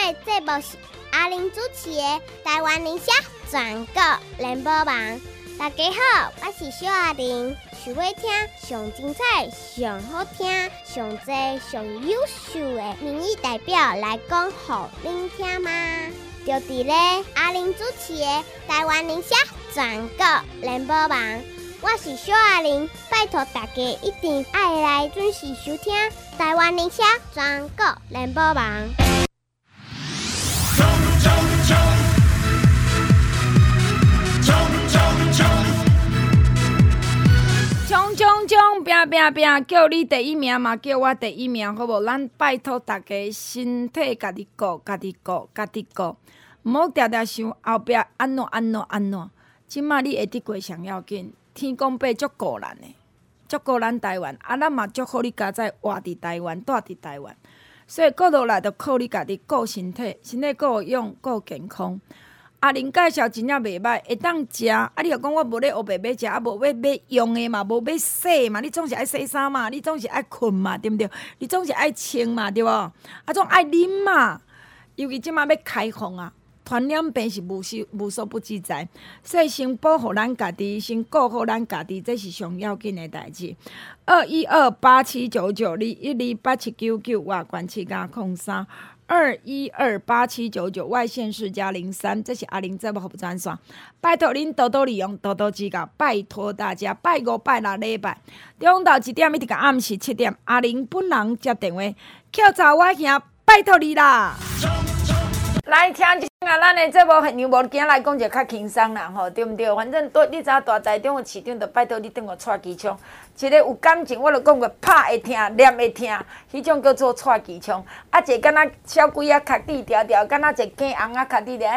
的节目是阿玲主持的台湾理社全国联播网。大家好，我是小阿玲。想要听上精彩、上好听、上多、上优秀的民意代表来讲给您听吗？就伫咧阿玲主持的台湾理社全国联播网。我是小阿玲，拜托大家一定要来准时收听台湾理社全国联播网。 冲，拼，叫你第一名嘛，叫我第一名，好无？咱拜托大家身体家己顾，家己顾，毋好常常想后壁安怎。即马你会得过上要紧，天公伯足顾咱的，足顾咱台湾，咱嘛足好你家在活伫台湾，住伫台湾，所以顾落来就靠你家己顾身体，身体顾用顾健康。阿玲介绍真正袂歹，会当食。你若讲我无咧学白买食，无要买用的嘛，无要洗嘛，你总是爱洗衫嘛，你总是爱困嘛，对毋对？你总是爱穿嘛，对无？总爱啉嘛。尤其即马要开放啊，传染病是无所不至在，所以先保护咱家己，先顾好咱家己，这是上要紧的代志。212879921287799外关7加03。2128799外县市加03，这是阿玲节目服务专线，拜托恁多多利用，多多指教，拜托大家。拜5、拜6礼拜，中昼1点一直到暗时7点，阿玲本人接电话，扣查我兄，拜托你啦。来听一下咱的节目，现场无今来讲就较轻松啦，吼，对毋对？反正你知影大台中的市长，就拜托你等我踹机枪。一个有感情，我就讲过拍会疼，念会疼，迄种叫做踹机枪。一个敢若小鬼仔壳底条条，敢若一个鸡红仔壳底条。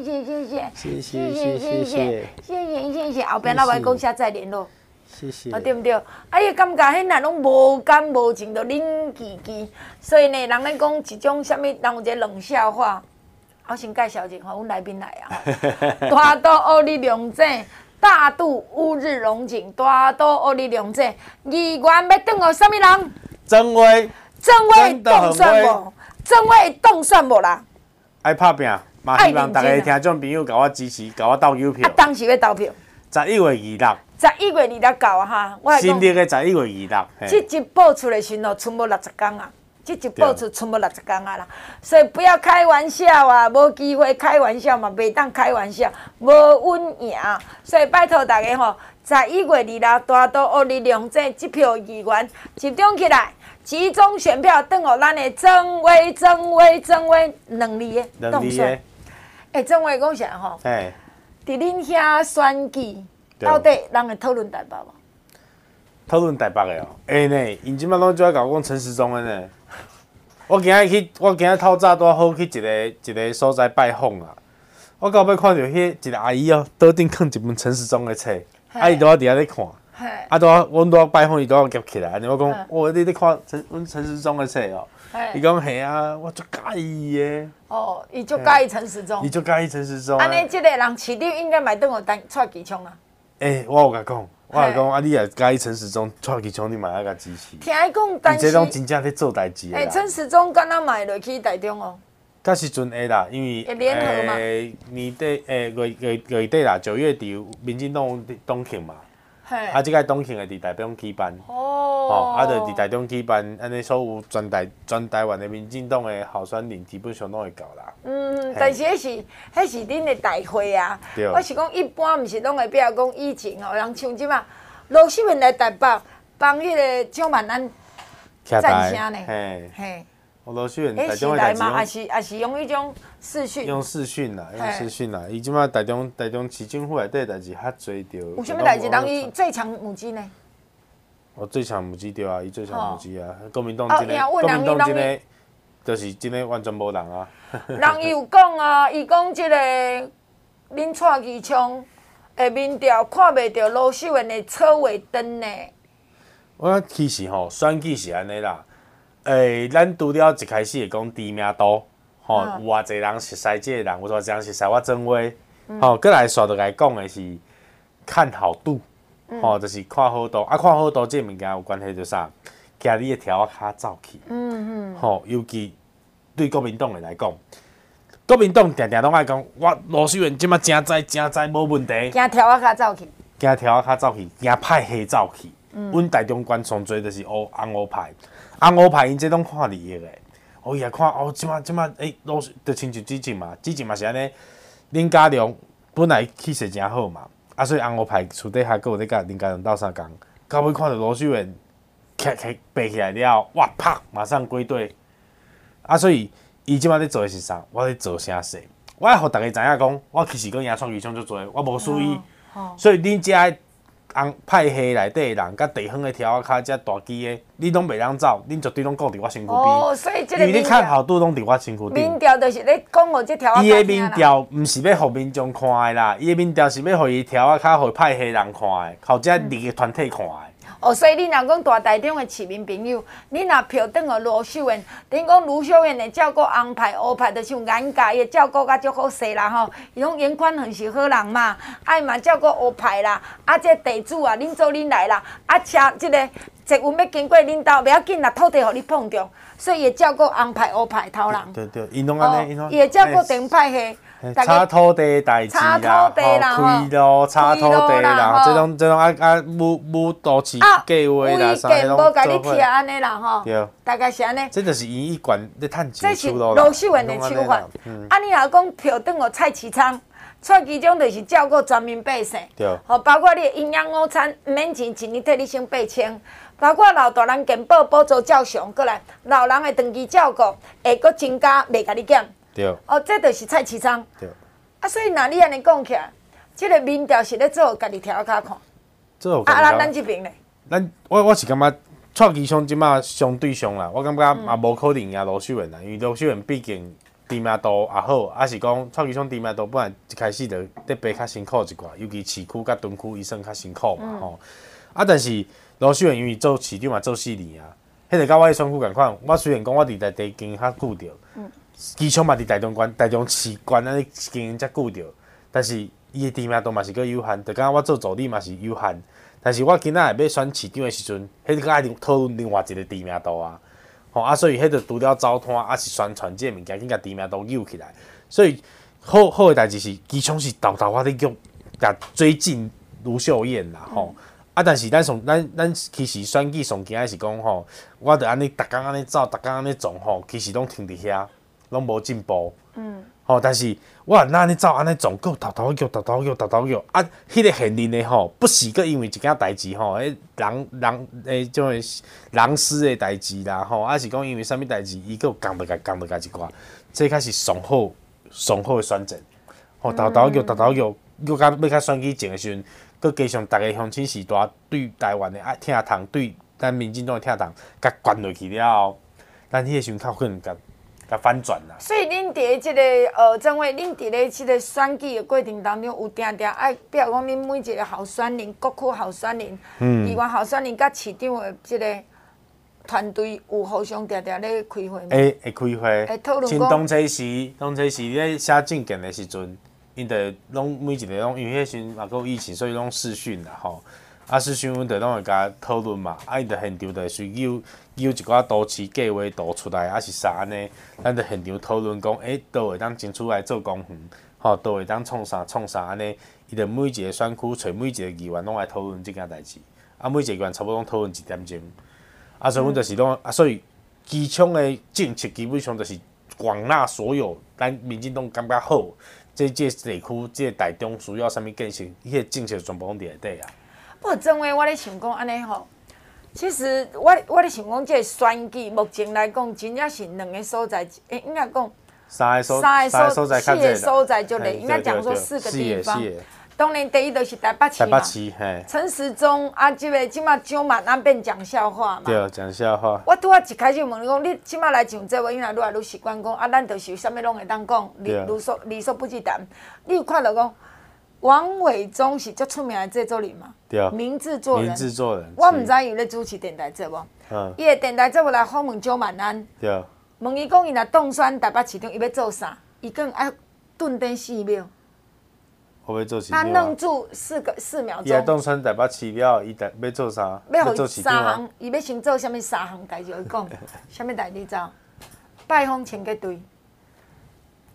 谢，后边咱来讲下再联络。 谢谢。 对毋对？伊感觉迄人拢无感无情，就冷叽叽。所以呢，人咧讲一种啥物，人有一个冷笑话。我先介绍一下，阮来宾来啊！大肚乌日龙井，大肚乌日龙井，大肚乌日龙井。议员要等候啥物人？ 曾威当选无？曾威当选无啦？ 爱拍拼，嘛希望大家听众朋友甲我支持，甲我投邮票。 当时要投票。 11月26。 11月26到啊哈！ 新历的11月26。 这一报出的时候，剩无60天啊！这一报出剩无60天啊啦，所以不要开玩笑啊！无机会开玩笑嘛，袂当开玩笑，无稳赢。所以拜托大家吼，11月26大肚乌日龙井这票议员集中起来，集中选票，等候咱的曾威2字的当选。曾威讲啥吼？伫恁遐选举，到底人会讨论台北无？ 讨论台北的哦，呢，因即摆拢就爱甲我讲陈时中的呢。我今日透早拄好去一个所在拜访啊。我到尾看到迄一个阿姨哦，桌顶放一本陈时中的册，伊拄仔伫遐咧看，阮拄仔拜访伊拄仔夹起来，安尼我讲，你咧看阮陈时中的册哦？伊讲嘿啊，我足介意的。 哦，伊足介意陈时中。 伊足介意陈时中。 安尼，即个人市长应该买等我蔡其昌啊。 我有甲讲。我来讲，你也介意陈时中、蔡其昌，你嘛要甲支持。 听伊讲，但是伊这种真正咧做代志的。 陈时中敢若嘛会落去台中哦？ 到时阵会啦，因为年底月底啦，9月底民进党党庆嘛，即个党庆会伫台中举办。就伫台中举办，安尼所有全台湾的民进党的候选人基本上拢会到啦。 但是迄是恁的大会啊。我是讲一般，毋是拢会比如讲以前哦，人像即马罗秀燕来台北帮迄个蒋万安赞声呢。嘿。 罗秀燕台中的代志嘛，也是用迄种视讯。 用视讯啦。伊即马台中市政府内底代志较侪着。 有啥物代志？人伊最强母鸡呢？ 最强母鸡对啊，伊最强母鸡啊！国民党真个，就是真个完全无人啊。 人伊有讲啊，伊讲即个恁蔡其昌的民调看袂到罗秀燕的车尾灯呢。 我其实吼选举是安尼啦，咱除了一开始会讲知名度，有偌济人熟悉即个人，有偌济人熟悉我曾威，过来续落来讲的是看好度。就是看好度，看好度这物件有关系就啥，徛你的条仔骹走去。尤其对国民党的来讲， 国民党定定拢爱讲，我罗秀燕即马真知无问题， 惊条仔卡走去， 惊条仔走去，惊派系走去。阮台中关上侪就是红乌派，红乌派因这拢看利益的。伊也看即马罗就亲像之前嘛是安尼，林佳龙本来气势真好嘛，所以红乌派厝底下佫有咧甲林佳龙斗相共，到尾看到罗秀燕爬起来了，哇啪，马上归队。所以伊即马咧做的是啥？我咧做啥事？我要互大家知影讲，我其实跟杨创宇相足多，我无属于。所以恁遮红派系内底的人，甲地方的条仔骹、遮大机的，你拢袂当走，恁绝对拢顾伫我身躯边。 所以这个因为你看好度拢伫我身躯顶。 民调就是咧讲互这条仔。 伊的民调毋是要互民众看的啦，伊的民调是要互伊条仔骹、互派系人看的，互遮利益团体看的。 所以你若讲大台中的市民朋友，你若票转互罗秀燕，等于讲卢秀燕的照顾红派、乌派，就是有颜家伊照顾甲足好势啦吼。伊讲严宽恒是好人嘛，嘛照顾乌派啦，这地主啊，恁做恁来啦，车即个捷运要经过恁兜，袂要紧啦，土地互你碰着，所以伊照顾红派、乌派头人。 对，因拢安尼，因拢。 伊会照顾电派系。 查土地代志啦，开路、查土地啦，这种母都市计划啦， 啥拢做伙。无甲你听安尼啦吼，大概是安尼。 这就是伊管咧趁钱。 这是罗秀燕的手法。你若讲票转互蔡其昌，蔡其昌就是照顾全民百姓。 对。 包括你营养午餐毋免钱，一年替你省8000。包括老大人健保补助照常过来，老人的长期照顾会搁增加，袂甲你减。 对。 这就是蔡其昌。 对。 所以若你安尼讲起来，这个民调是咧做家己条骹看。咱这边咧。 我是感觉蔡其昌即马相对上啦，我感觉也无可能赢罗秀燕啦，因为罗秀燕毕竟知名度也好，是讲蔡其昌知名度本来一开始就得爬较辛苦一寡，尤其市区甲屯区伊算较辛苦嘛吼。但是罗秀燕因为做市长嘛做4年啊，迄个甲我的选区共款。我虽然讲我伫内地经营较久着。基昌嘛伫台中市关安尼经营遮久着，但是伊的知名度嘛是搁有限，就讲我做助理嘛是有限。但是我今仔日要选市长的时阵，迄个爱讨论另外一个知名度啊，所以迄个除了走摊，是宣传这个物件，紧甲知名度扭起来。所以好的代志是，基昌是豆豆仔咧甲追进卢秀燕啦，但是咱其实选举上惊的是讲我着安尼逐工安尼走，逐工安尼撞其实拢停伫遐。拢无进步，但是我若安尼走，安尼撞，佫头头叫，迄个现任的不是佫因为一件代志种人事的代志啦，是讲因为啥物代志，伊佫有讲着甲一寡，这开始上好的选择，头头叫，要甲选举前的时阵，佫加上逐个乡亲时代对台湾的疼痛，对咱民进党的疼痛，甲灌落去了后，咱迄个时阵较可能甲反转啦。 所以恁伫即个政委，恁伫咧即个选举的过程当中，有定爱，比如讲恁每一个候选人、各区候选人、议员候选人，甲市长的即个团队有互相定咧开会吗？ 会开会。 会讨论讲。 像当初时咧写证件的时阵，因着拢每一个拢，因为迄时阵嘛有疫情，所以拢视讯啦吼。视讯阮着拢会甲讨论嘛，因着现场就是有一寡都市计划图出来，是啥安尼，咱着现场讨论讲，倒会当争取来做公园，倒会当创啥安尼，伊着每一个选区找每一个议员拢来讨论即件代志，每一个议员差不多拢讨论1点钟，所以阮就是拢，所以基昌的政策基本上就是广纳所有咱民进党感觉好，这地区这台中需要啥物建设，迄个政策全部拢伫内底啊。 不过正话我咧想讲安尼吼，其实我咧想讲，这个选举目前来讲，真正是2个所在，应该讲 3个所在 ，4个所在就咧，应该讲说4个地方。当然，第一就是台北市嘛。陈时中即马蒋万安变讲笑话嘛。 对，讲笑话。 我拄一开始问你讲，你即马来上节目，因为愈来愈习惯讲，咱就是有啥物拢会当讲，理所不忌谈。你有看到讲？王伟忠是足出名的制作人嘛？ 对， 名制作人。我毋知伊咧主持电台节目，伊的电台节目来访问蒋万安。 对。 问伊讲伊若当选台北市长，伊要做啥？伊讲爱顿点4秒。 我要做市长。 他愣住4秒钟。 伊当选台北市了，伊要做啥？ 要做3项，伊要先做啥物3项代志？伊讲，啥物代志走？拜访清洁队。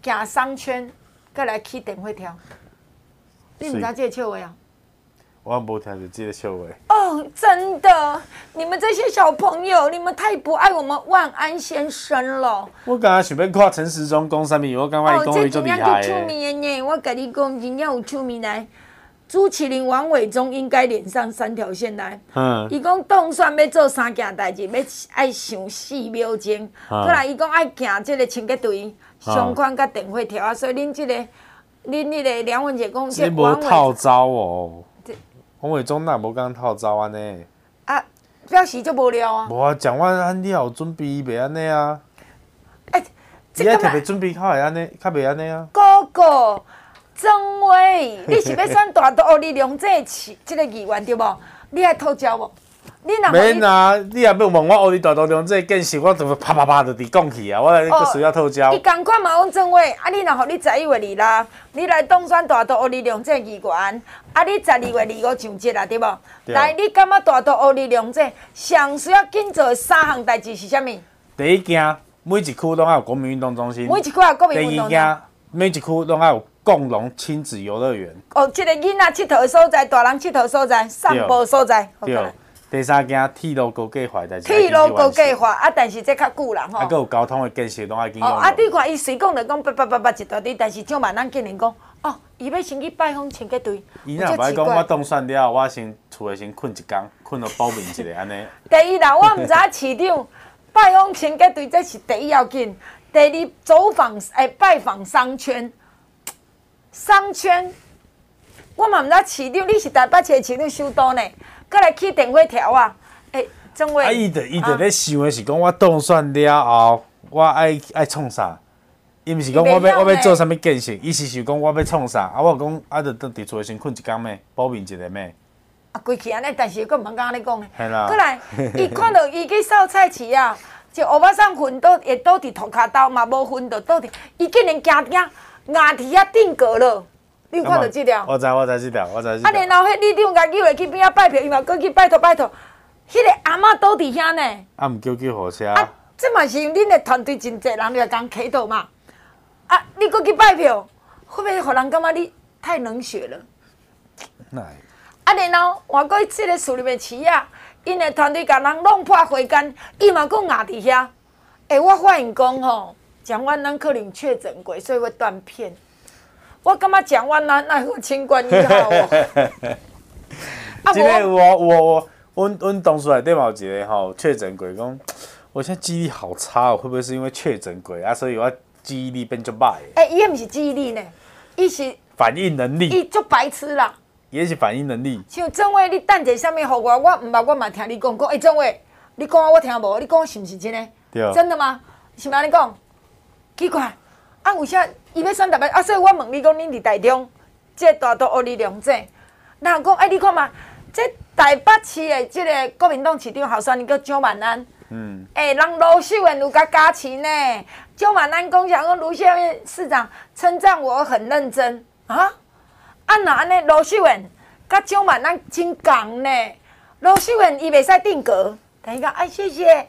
行商圈，再来去电火条。你唔知这个笑话啊？ 我无听着这个笑话。 哦，真的，你们这些小朋友，你们太不爱我们万安先生了。 我刚刚想要看陈时中讲啥物，我感觉伊讲话足厉害这出名的呢，我跟你讲，真正有出名来。朱麒麟、王伟忠应该连上3条线来。伊讲当选要做3件代志，要爱上4秒钟。过来，伊讲爱行这个清洁队、相关甲电火条啊，所以恁迄个梁文杰讲， 这无套招哦。王伟忠哪无讲套招安尼？ 啊，表示就无聊啊。 无啊，蒋万安你也有准备袂安尼啊？ 你爱特别准备较会安尼，较袂安尼啊？ 哥哥。曾伟，你是要选大肚力量这个议员对无？你爱讨招无？你若免啊！你若要问我乌里大肚量这建设，我就啪啪啪就伫讲去啊！我来个需要讨招。 伊共款嘛讲曾伟，啊你若互你11月2日，你来当选大肚力量这议员，啊你12月25上节啦对无？来，你感觉大肚力量这上需要紧做3项代志是啥物？ 第一件，每一区拢要有国民运动中心。 每一区有国民运动中心。 第二件，每一区拢要有共融亲子游乐园。 哦，一个囡仔佚佗的所在，大人佚佗所在，散步所在。 对。第三件，铁路高架化，但是铁路高架化啊，但是这较久啦吼。 啊，佮有交通的建设拢爱紧用。 啊，你看伊随讲就讲叭一大堆，但是蒋万安竟然讲，哦，伊要先去拜访清洁队。 伊若歹讲，我当选了，我先厝诶先困一工，困到保眠一下安尼。 第一啦，我毋知影市长拜访清洁队，这是第一要紧。第二，拜访商圈。商圈，我嘛毋知市长，你是台北市的市长首都呢，搁来起电火条啊！曾伟， 伊就咧想的是讲，我当选了后，我爱创啥？伊毋是讲我要做啥物建设，伊是想讲我要创啥？啊，我讲啊，就伫厝先困一工咩，保眠一下咩。 啊，规气安尼，但是佫毋通安尼讲呢。 系啦。 过来，伊看到伊去扫菜市啊，就乌巴桑分会倒伫涂骹兜嘛，无分就倒伫，伊竟然惊牙齿啊定格了。你有看到这条？ 我知这条，我知。 啊，然后迄里长甲叫下去边仔拜票，伊嘛搁去拜托。迄个阿嬷倒伫遐呢。 啊，毋叫火车。 啊，这嘛是因恁的团队真侪人来共起倒嘛。啊，你搁去拜票，会不会互人感觉你太冷血了？ 哪？ 啊，然后换过这个树林的市啊，因的团队甲人弄破花间，伊嘛搁压伫遐。我发现讲吼，蒋万安可能确诊过，所以会断片。我感觉蒋万安那个清官一号哦。 啊，这个阮同事内底嘛有一个吼确诊过，讲我现在记忆力好差哦，会不会是因为确诊过啊？所以我记忆力变足歹。 伊毋是记忆力呢，伊是反应能力。 伊足白痴啦。 也是反应能力。 像郑伟，你等者啥物互我毋捌，我嘛听你讲。郑伟，你讲我听无？你讲是毋是真的？ 对。 真的吗？是毋安尼讲？奇怪。啊，为啥伊要选台北？啊，所以我问你讲，恁伫台中，这大肚乌力量这，然后讲，你看嘛，这台北市的这个国民党市长候选人叫蒋万安。人卢秀燕有甲加持呢。蒋万安讲啥？讲卢秀燕市长称赞我很认真啊。那安尼，卢秀燕甲蒋万安真共呢。卢秀燕伊袂使定格，等伊讲，谢谢，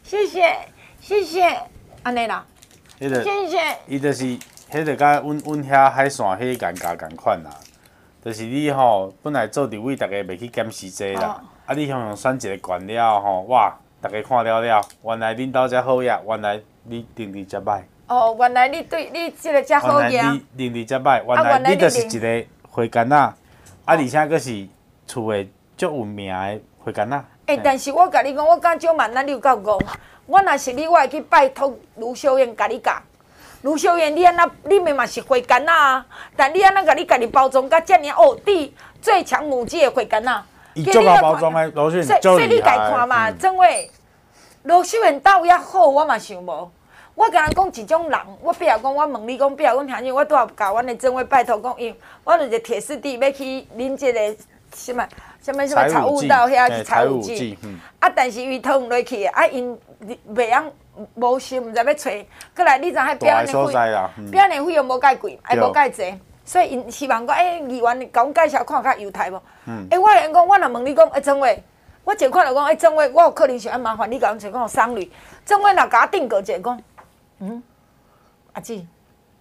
安尼啦。谢谢。 伊就是，迄个甲阮遐海线迄尴尬共款啦。就是你吼，本来做伫位，大家袂去检视这啦。啊，你向选一个官了吼，哇，大家看了，原来领导遮好呀，原来你能力遮歹。 哦，原来你对你即个遮好呀。 原来你能力遮歹，原来你就是一个花干仔，而且佫是厝诶足有名诶花干仔。 但是我甲你讲，我敢蒋万安你有够戆。我若是你，我会去拜托卢秀燕甲你教。卢秀燕，你安那，你明嘛是花干仔啊？但你安那甲你家己包装甲遮尔哦，最强母鸡的花干仔。 伊足够包装诶，卢秀燕所以你家看嘛，郑伟，卢秀燕到遐好，我嘛想无。我甲人讲一种人，我比如讲，我问你讲，比如阮兄弟，我拄好甲阮的郑伟拜托讲，因为我就是铁丝地要去恁这个什么财务道遐去财务局，但是伊讨唔落去，因袂晓无心，毋知要找，过来你知影表演的费用无介贵，无介济，所以因希望讲，议员甲阮介绍看较优待无？我会讲，我若问你讲，郑伟，我一看就讲，郑伟，我有可能想麻烦你甲阮找讲送礼，郑伟若甲我定格者讲，阿姊，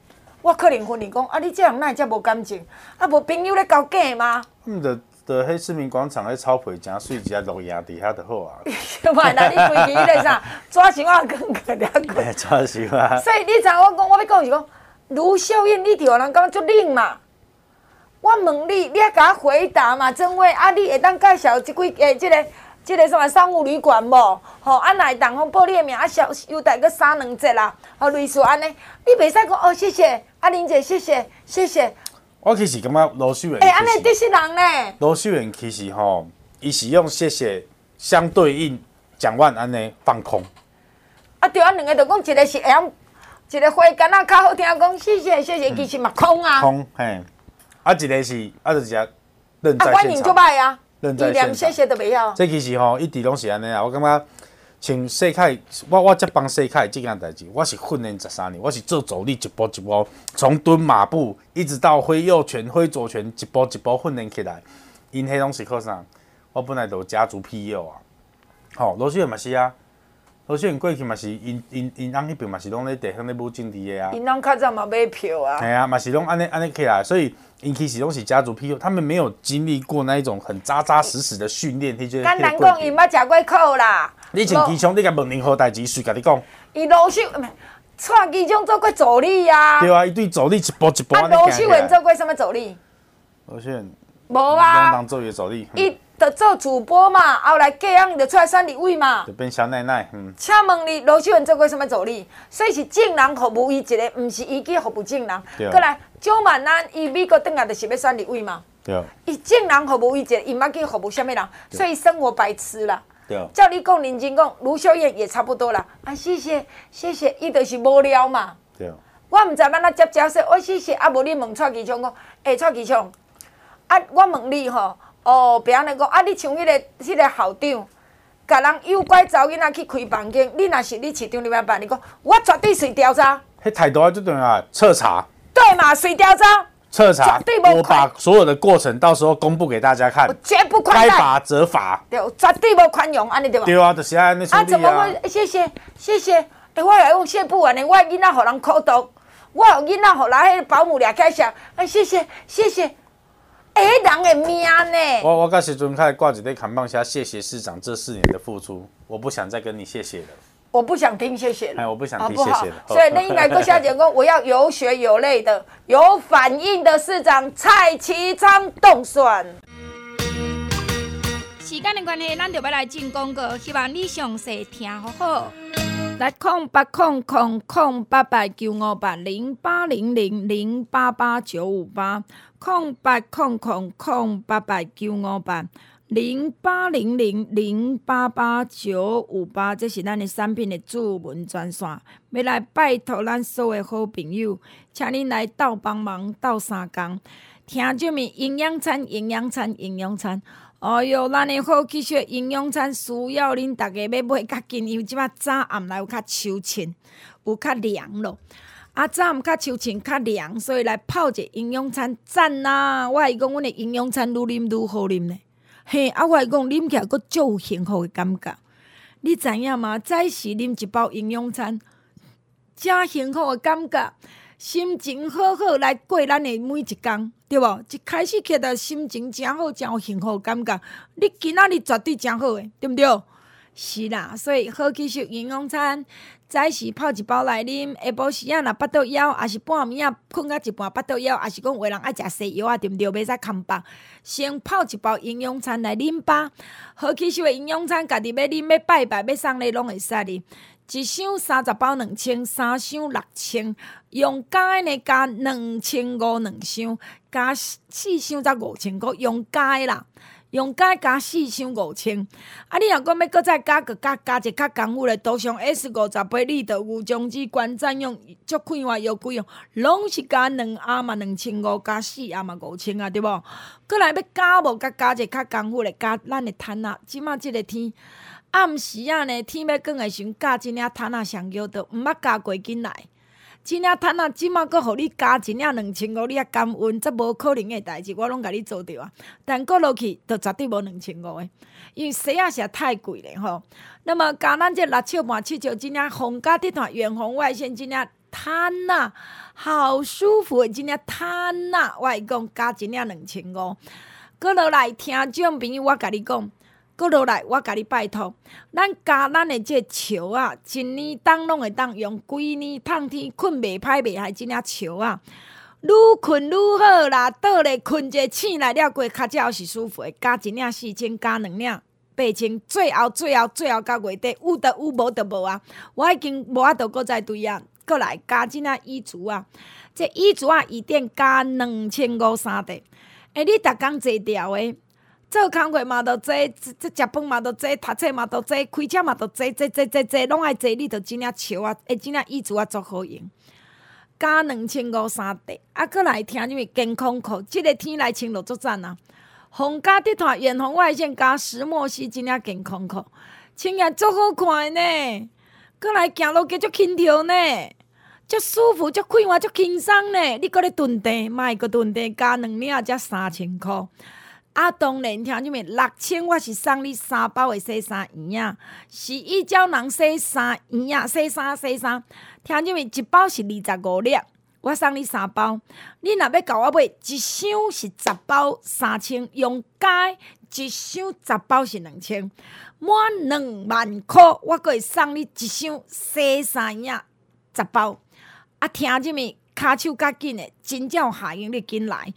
我可能问你讲，啊，你这人哪会遮无感情？啊，无朋友咧交假吗？ 就迄市民广场迄草皮诚水，一只鹿影伫遐就好啊。 哇，那你规日迄个啥，抓伤啊，更个了个。 抓伤啊！ 所以你知我要讲是讲，卢秀燕，你着人讲足冷嘛。我问你，你也甲我回答嘛，真话啊，你会当介绍即即个什么商务旅馆无？吼，啊，若会当风报你的名，啊，优待个3、2折啦，吼，类似安尼，你袂使讲哦，谢谢，啊，林姐，谢谢，谢谢。 我其实感觉罗秀燕， 安尼得死人呢。 罗秀燕其实吼，伊是用谢谢相对应蒋万安尼放空。 啊，对啊，两个就讲一个是会晓，一个花干啊较好听，讲谢谢谢谢，其实嘛空啊。 空嘿，啊一个是就是只认在现场。 啊，反应就歹啊。 认在现场。 谢谢都袂晓。 这其实吼一直拢是安尼啊，我感觉。像世凯，我才帮世凯这件代志，我是训练13年，我是做走力一步一步，从蹲马步一直到挥右拳、挥左拳，一步一步训练起来。因迄拢是靠啥？我本来就有家族庇佑啊。吼，罗秀燕嘛是啊，罗秀燕过去嘛是因翁迄边嘛是拢咧地方咧舞政治的啊。 因翁较早嘛买票啊。 系啊，嘛是拢安尼起来，所以因其实拢是家族庇佑，他们没有经历过那一种很扎扎实实的训练，迄个。 简单讲，因捌食过苦啦。 你像机枪，你甲问任何代志，随甲你讲。 伊罗秀蔡机枪做过助理啊。 对啊，伊对助理一步一步安尼罗秀燕做过什么助理？ 罗秀燕无啊。 拢当做伊助理。 伊就做主播嘛，后来隔样就出来选立委嘛。 就变小奶奶。 请问你，罗秀燕做过什么助理？所以是正人服务伊一个，毋是伊去服务正人。过来，蒋万安伊美国转来就是要选立委嘛。 对。 伊正人服务伊一个，伊毋捌去服务啥物人，所以生活白痴啦。照你讲，认真讲，卢秀燕也差不多啦。啊，谢谢，谢谢，伊就是无聊嘛。 对。 我毋知要哪接说，我谢谢，啊，无你问蔡其昌讲，蔡其昌，啊，我问你吼，哦，别安尼讲，啊，你像迄个校长，甲人诱拐查某囡仔去开房间，你若是你市长，你要办？你讲，我绝对随调查。 迄态度啊，最重要啊，彻查。 对嘛，随调查。 彻查，我把所有的过程到时候公布给大家看， 绝不宽待， 该罚则罚， 对，绝对无宽容，安尼对吧？ 对啊，就是安尼处理啊。 啊，怎么会？谢谢，谢谢。我来讲谢不完的，我囡仔互人苦毒，我有囡仔互人迄保姆掠起上，谢谢，谢谢。人的命呢？ 我甲时阵开挂一个看板写谢谢市长这4年的付出，我不想再跟你谢谢了。 我不想听谢谢了， 我不想听谢谢了。 所以那应该跟夏姐讲，我要有血有泪的、有反应的市长蔡其昌当选。 时间的关系，咱就要来进广告，希望你详细听好好。 来0800-088-958，0800-088-958，这是咱的产品的主文专线。要来拜托咱所有好朋友，请恁来斗帮忙，斗3工，听这面营养餐，营养餐，营养餐。哦哟，咱的好气血营养餐需要恁大家要买较紧，因为即摆早暗来有较秋凊，有较凉咯。啊，早暗较秋凊较凉，所以来泡一个营养餐赞啦！我会讲，阮的营养餐愈啉愈好啉呢。嘿，啊，我会讲，啉起来佫足有幸福的感觉。你知影吗？早时啉一包营养餐，真幸福的感觉，心情好好来过咱的每一天。对无？一开始起来心情真好，真有幸福感觉。你今仔日绝对真好诶，对毋对？是啦，所以好气血营养餐，早时泡一包来啉，下晡时啊若腹肚枵，也是半暝啊困到一半腹肚枵，也是讲有人爱食西药啊，对毋对？袂使空腹，先泡一包营养餐来啉吧。好气血的营养餐，家己要啉要拜拜要送礼拢会使哩。一箱30包2000，3箱6000，用加的呢加2500，2箱加4箱才5000块，用加的啦，用加加4箱5000。啊，你若讲要搁再加个加一较功夫咧，涂上 S58立德牛种子冠占用足快活又贵用，拢是加2盒嘛2500，加4盒嘛5000啊，对无？搁来要加无？加一较功夫咧，加咱的摊仔，即马即个天。暗时啊呢，天要光的时阵，加一领摊仔上桥倒，毋捌加过紧来。一领摊仔即马搁互你加一领2500，你也感恩，这无可能的代志，我拢甲你做着啊。但搁落去，就绝对无2500的，因为西仔实在太贵咧吼。那么加咱这6尺半7尺，真领红家集团远红外线真领摊呐，好舒服的，真正摊呐！我会讲加一领2500，搁落来听众朋友，我甲你讲，搁落来我甲你拜托，咱加咱的这树啊，一年当拢会当用，规年透天困袂歹袂害，真正树啊，愈困愈好啦，倒咧困者醒来了过，较才是舒服的，加一领4000，加2领8000，最后到月底，有得有，无得无啊！我已经无法度搁再对啊，搁来加即领椅子啊，这椅子啊，椅垫加2500地。你逐工坐调的，做工课嘛都坐，食饭嘛都坐，读册嘛都坐，开车嘛都坐，拢爱坐。你着真领树啊，真领椅子啊，足好用。加2500地，搁来听什么健康裤？即个天来穿落足赞啊！红加地毯远红外线加石墨烯，真领健康裤，穿起来足好看的呢。搁来行路加足轻佻呢。足舒服，足快活，足轻松呢！你搁咧蹲地，莫搁蹲地，加2领才3000块。当然听什么6000，我是送你3包的洗衫圆啊，洗衣胶囊洗衫圆啊，洗衫。听什么一包是25粒，我送你3包。你若要甲我买一箱是10包3000，用加一箱10包是2000，满20000块，我搁会送你一箱洗衫圆10包。听什么骹手较紧的，真正有效用，你紧来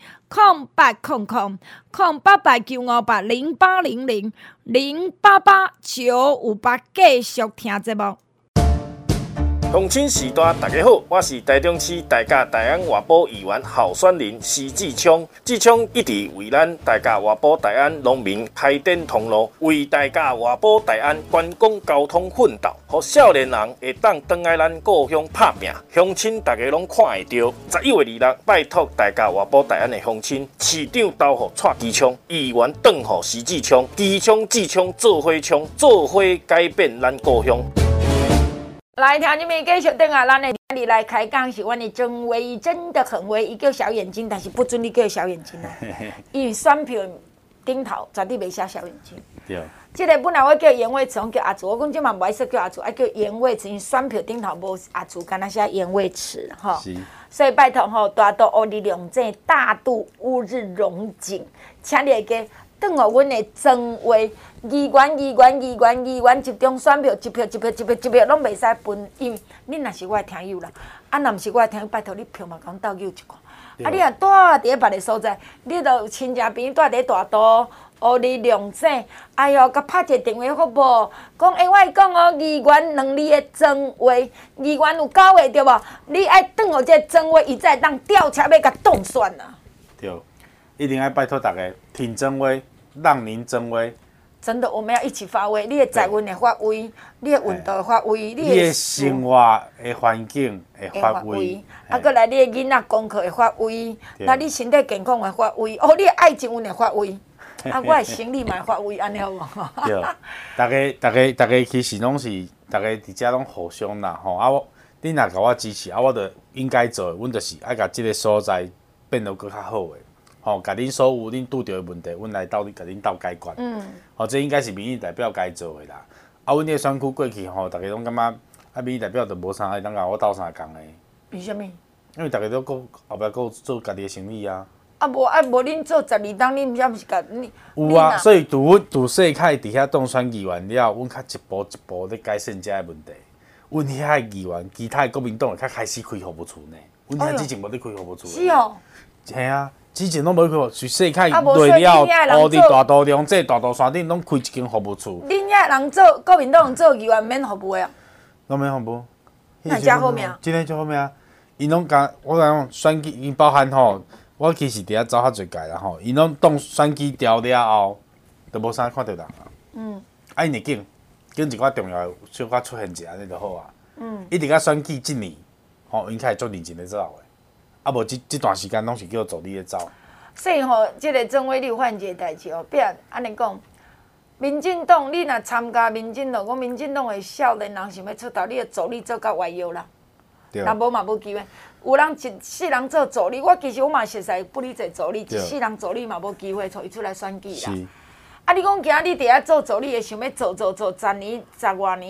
08000800080008889558，继续听节目。 乡亲时代，大家好，我是台中市大甲大安外埔议员候选人施志昌。志昌一直为咱大甲外埔大安农民开展通路，为大甲外埔大安观光交通奋斗，予少年人会当回来咱故乡拍拼。乡亲大家拢看会到。11月26，拜托大甲外埔大安的乡亲，市长投予蔡其昌，议员转予施志昌，其昌志昌做伙冲，做伙改变咱故乡。 来，听你们继续等啊！咱的你来开讲是阮的郑唯一，真的很唯一，叫小眼睛，但是不准你叫小眼睛啊！因为选票顶头绝对袂写小眼睛。 对。 即个本来我叫严伟慈，叫阿慈，我讲即嘛唔爱说叫阿慈，爱叫严伟慈，因选票顶头无阿慈，敢若写严伟慈吼。是。所以拜托吼，大都乌日良政，大度乌日荣景，请你个转互阮的曾话。议员集中选票，一票，拢袂使分，因为你若是我的听友啦，若毋是我的听友，拜托你票嘛，共斗救一看。你若住伫咧别个所在，你著有亲戚朋友住伫大都，乌日良政，哎哟，甲拍一个电话好无？讲我会讲哦，议员2字的曾话，议员有9个对无？你爱转互这曾话，伊才会当调查要甲当选啊。 对，一定要拜托大家听曾话，让您曾话。 真的，我们要一起发挥。你的财运会发挥，你的运道会发挥， 你的生活的环境会发挥， 搁来你的囡仔功课会发挥，那你身体健康会发挥，你的爱情运会发挥，我的生理嘛会发挥，安尼好无？ 对，大家其实拢是大家伫遮拢互相啦吼。你若甲我支持，我就应该做的，阮就是爱甲即个所在变得搁较好的。吼，甲恁所有恁拄着的问题，阮来甲恁斗解决。这应该是民意代表该做的啦。阮这个选区过去吼，大家拢感觉民意代表就无啥会当甲我斗相共的。 为什么？ 因为大家都后壁搁做家己的生意啊。 无恁做12档，恁毋是甲你？ 有啊，所以拄细凯伫遐当选议员了，阮较一步一步咧改善遮个问题。阮遐议员，其他国民党会较开始开服务处呢。阮遐之前无咧开服务处。 是哦。 系啊。之前拢无去，是细凯来了，乌伫大道中这大道山顶拢开一间服务处。 恁遐人做国民党做议员免服务的？ 拢免服务。 那真好命。 真诶真好命。因拢甲我讲选举，因包含吼，我其实伫遐走较侪届啦吼。因拢当选举调了后，都无啥看到人啊。因入境一寡重要小可出现者安尼就好啊。一直到选举1年，吼，因开始做认真咧走诶。无这段时间拢是叫助理咧走。 所以吼，即个郑伟你有发现一个代志哦，比如安尼讲，民进党你若参加民进党，讲民进党的少年人想要出头，你就助理做到歪腰啦。若无嘛无机会。有人一世人做助理，我其实我嘛熟悉不离做助理，一世人助理嘛无机会带伊出来选举啦。你讲今日伫遐做助理的，想要做10年、10外年，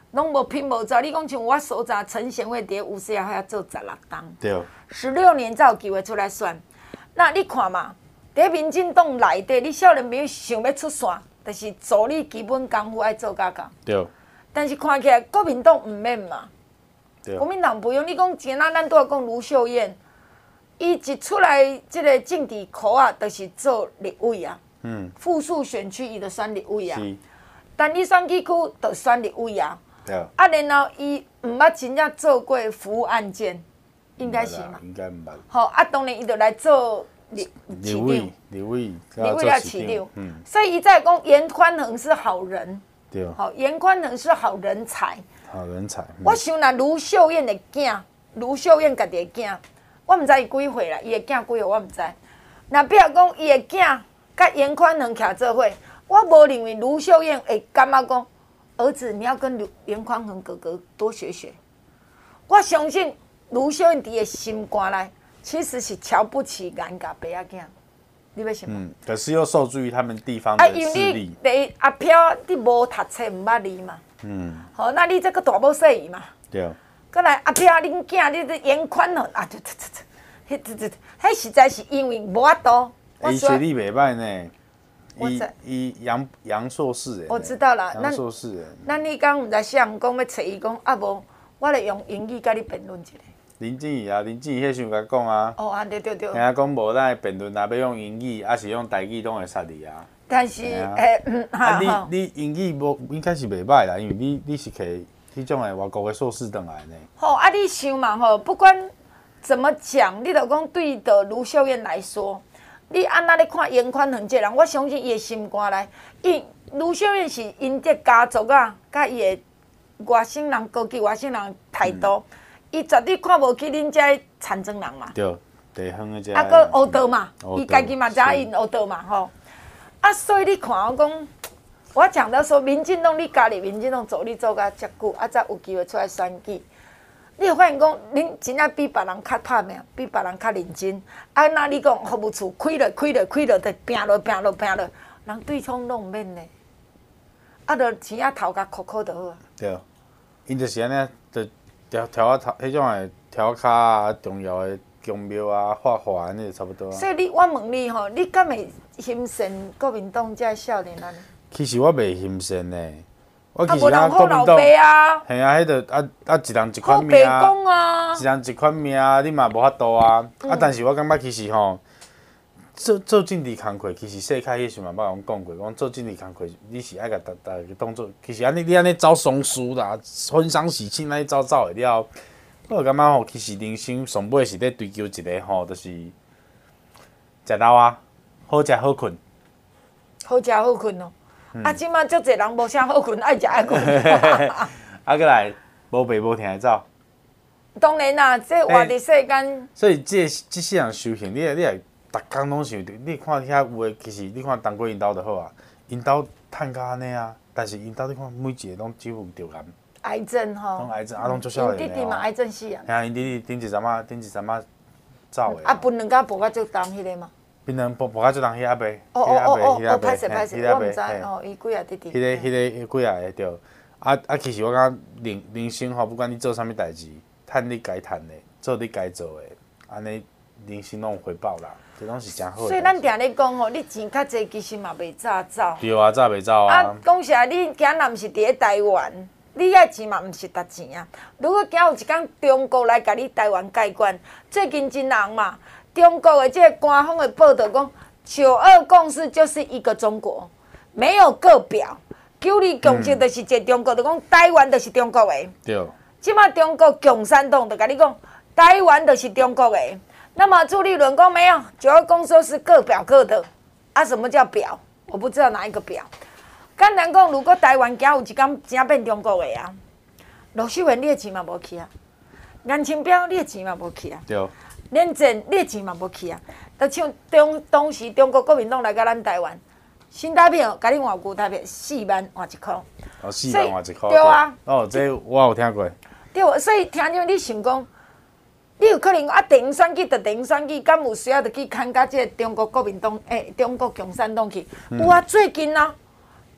拢无拼无走。你讲像我所在陈贤惠伫吴思瑶遐做16档， 对， 16年才有机会出来选。那你看嘛，伫民进党内底，你少年朋友想要出线，就是做你基本功夫爱做甲到。 对， 但是看起来国民党毋免嘛， 对， 国民党不用。你讲今仔咱拄仔讲卢秀燕，伊一出来即个政治口啊，就是做立委啊。复数选区伊就选立委啊，但你选举区就选立委啊。 对。 啊，然后伊毋捌真正做过服务案件，应该是嘛？ 应该毋捌。 好啊，当然伊就来做立委， 立委啊市长。所以伊在讲严宽恒是好人， 对。 好，严宽恒是好人才。 好人才。 我想若卢秀燕的囝，卢秀燕家己的囝，我毋知伊几岁啦，伊的囝几岁我毋知。若比如讲伊的囝甲严宽恒徛做伙，我无认为卢秀燕会感觉讲，儿子你要跟严宽恒哥哥多学学。我相信卢秀燕伫的心肝内，其实是瞧不起咱家爸仔囝，你要信吗？ 可是又受助于他们地方的势力。 因为你第一阿飘你无读册毋捌字嘛。好，那你这个大某细姨嘛？ 对。 过来阿飘恁囝你这严宽恒啊，迄实在是因为无法度。 伊学历袂歹呢，伊杨硕士诶。 我知道啦， 杨硕士诶。 咱你讲毋知谁人讲要找伊讲啊无，我来用英语甲你辩论一下。 林静怡啊，林静怡迄时甲讲啊。 哦啊，对。人家讲无咱辩论，若要用英语，还是用台语，拢会杀你啊。 但是你英语无应该是袂歹啦，因为你是摕迄种诶外国诶硕士倒来呢。 好啊，你想嘛吼，不管怎么讲，你著讲对的卢秀燕来说。你安那咧看严宽恒这人，我相信伊的心肝内，因卢秀燕是因这家族啊，甲伊的外省人高级外省人态度，伊绝对看无起恁遮残障人嘛。 对，地方的遮。 啊，佮黑道嘛，伊家己嘛知因黑道嘛吼。啊，所以你看我讲，我讲到说，民进党你加入民进党做，你做甲遮久，啊，才有机会出来选举。你会发现讲，恁真正比别人较拍拼，比别人较认真。啊，那你讲服务处开了，就拼落，人对冲拢毋免呢。啊，就钱仔头甲扣就好啊。 对，因就是安尼，就调啊头，迄种诶调骹啊，重要诶宫庙啊，画安尼就差不多啊。 所以我问你吼，你敢会欣赏国民党遮少年安尼？ 其实我袂欣赏呢。我其实国民党，嘿啊，迄个一人一款命啊， 一人一款命，你嘛无法度啊。但是我感觉其实吼，做政治工作，其实细开迄时嘛，捌讲过，讲做政治工作，你是爱甲大家当做，其实你安尼走丧事啦，婚丧喜庆安尼走会了，我就感觉吼，其实人生上尾是咧追求一个吼，就是食老啊，好食好困， 好食好困哦。啊，即马足侪人无啥好困，爱食爱困。 啊，过来无病无痛的走。 当然啦，这活伫世间。 所以这世人修行，你来逐工拢想着，你看遐有诶，其实你看当过因兜就好啊，因兜趁甲安尼啊，但是因兜你看每一个拢几乎着癌。 癌症吼。 拢癌症，啊，拢足少年因弟弟嘛癌症死啊。 吓，因弟弟顶一阵仔走诶。 啊，分两家无甲足重迄个嘛。 槟榔无甲足重迄阿伯， 歹势，我毋知哦，伊几啊弟弟。 迄个几啊个对，其实我感觉人生吼，不管你做啥物代志，趁你该趁的，做你该做的，安尼人生拢有回报啦，这拢是真好。 所以咱定咧讲吼，你钱较济，其实嘛袂早走。 对啊，早袂走啊。 啊，讲实在，你今若毋是伫咧台湾，你爱钱嘛毋是值钱啊。如果今有一天中国来甲你台湾介管，最近真人嘛。中国的这个官方的报道讲，9·2共识就是一个中国，没有个表。9·2共识就是一个中国，就讲台湾就是中国的。 对。 即马中国共产党就甲你讲，台湾就是中国的。那么朱立伦讲没有，9·2共识是各表各的。啊，什么叫表？我不知道哪一个表。简单讲，如果台湾今有一天真变中国的啊，罗秀媛你的钱嘛无去啊，颜清标你的钱嘛无去啊。 对。 连战你钱嘛无去啊！就像当时中国国民党来到咱台湾，新台票甲你换旧台票4万换1箍。 哦，4万换1箍。 对啊。 哦，这我有听过。 对，所以听像你想讲，你有可能啊，地方选举就地方选举，敢有需要就去看甲这中国国民党中国共产党去。有啊，最近啊，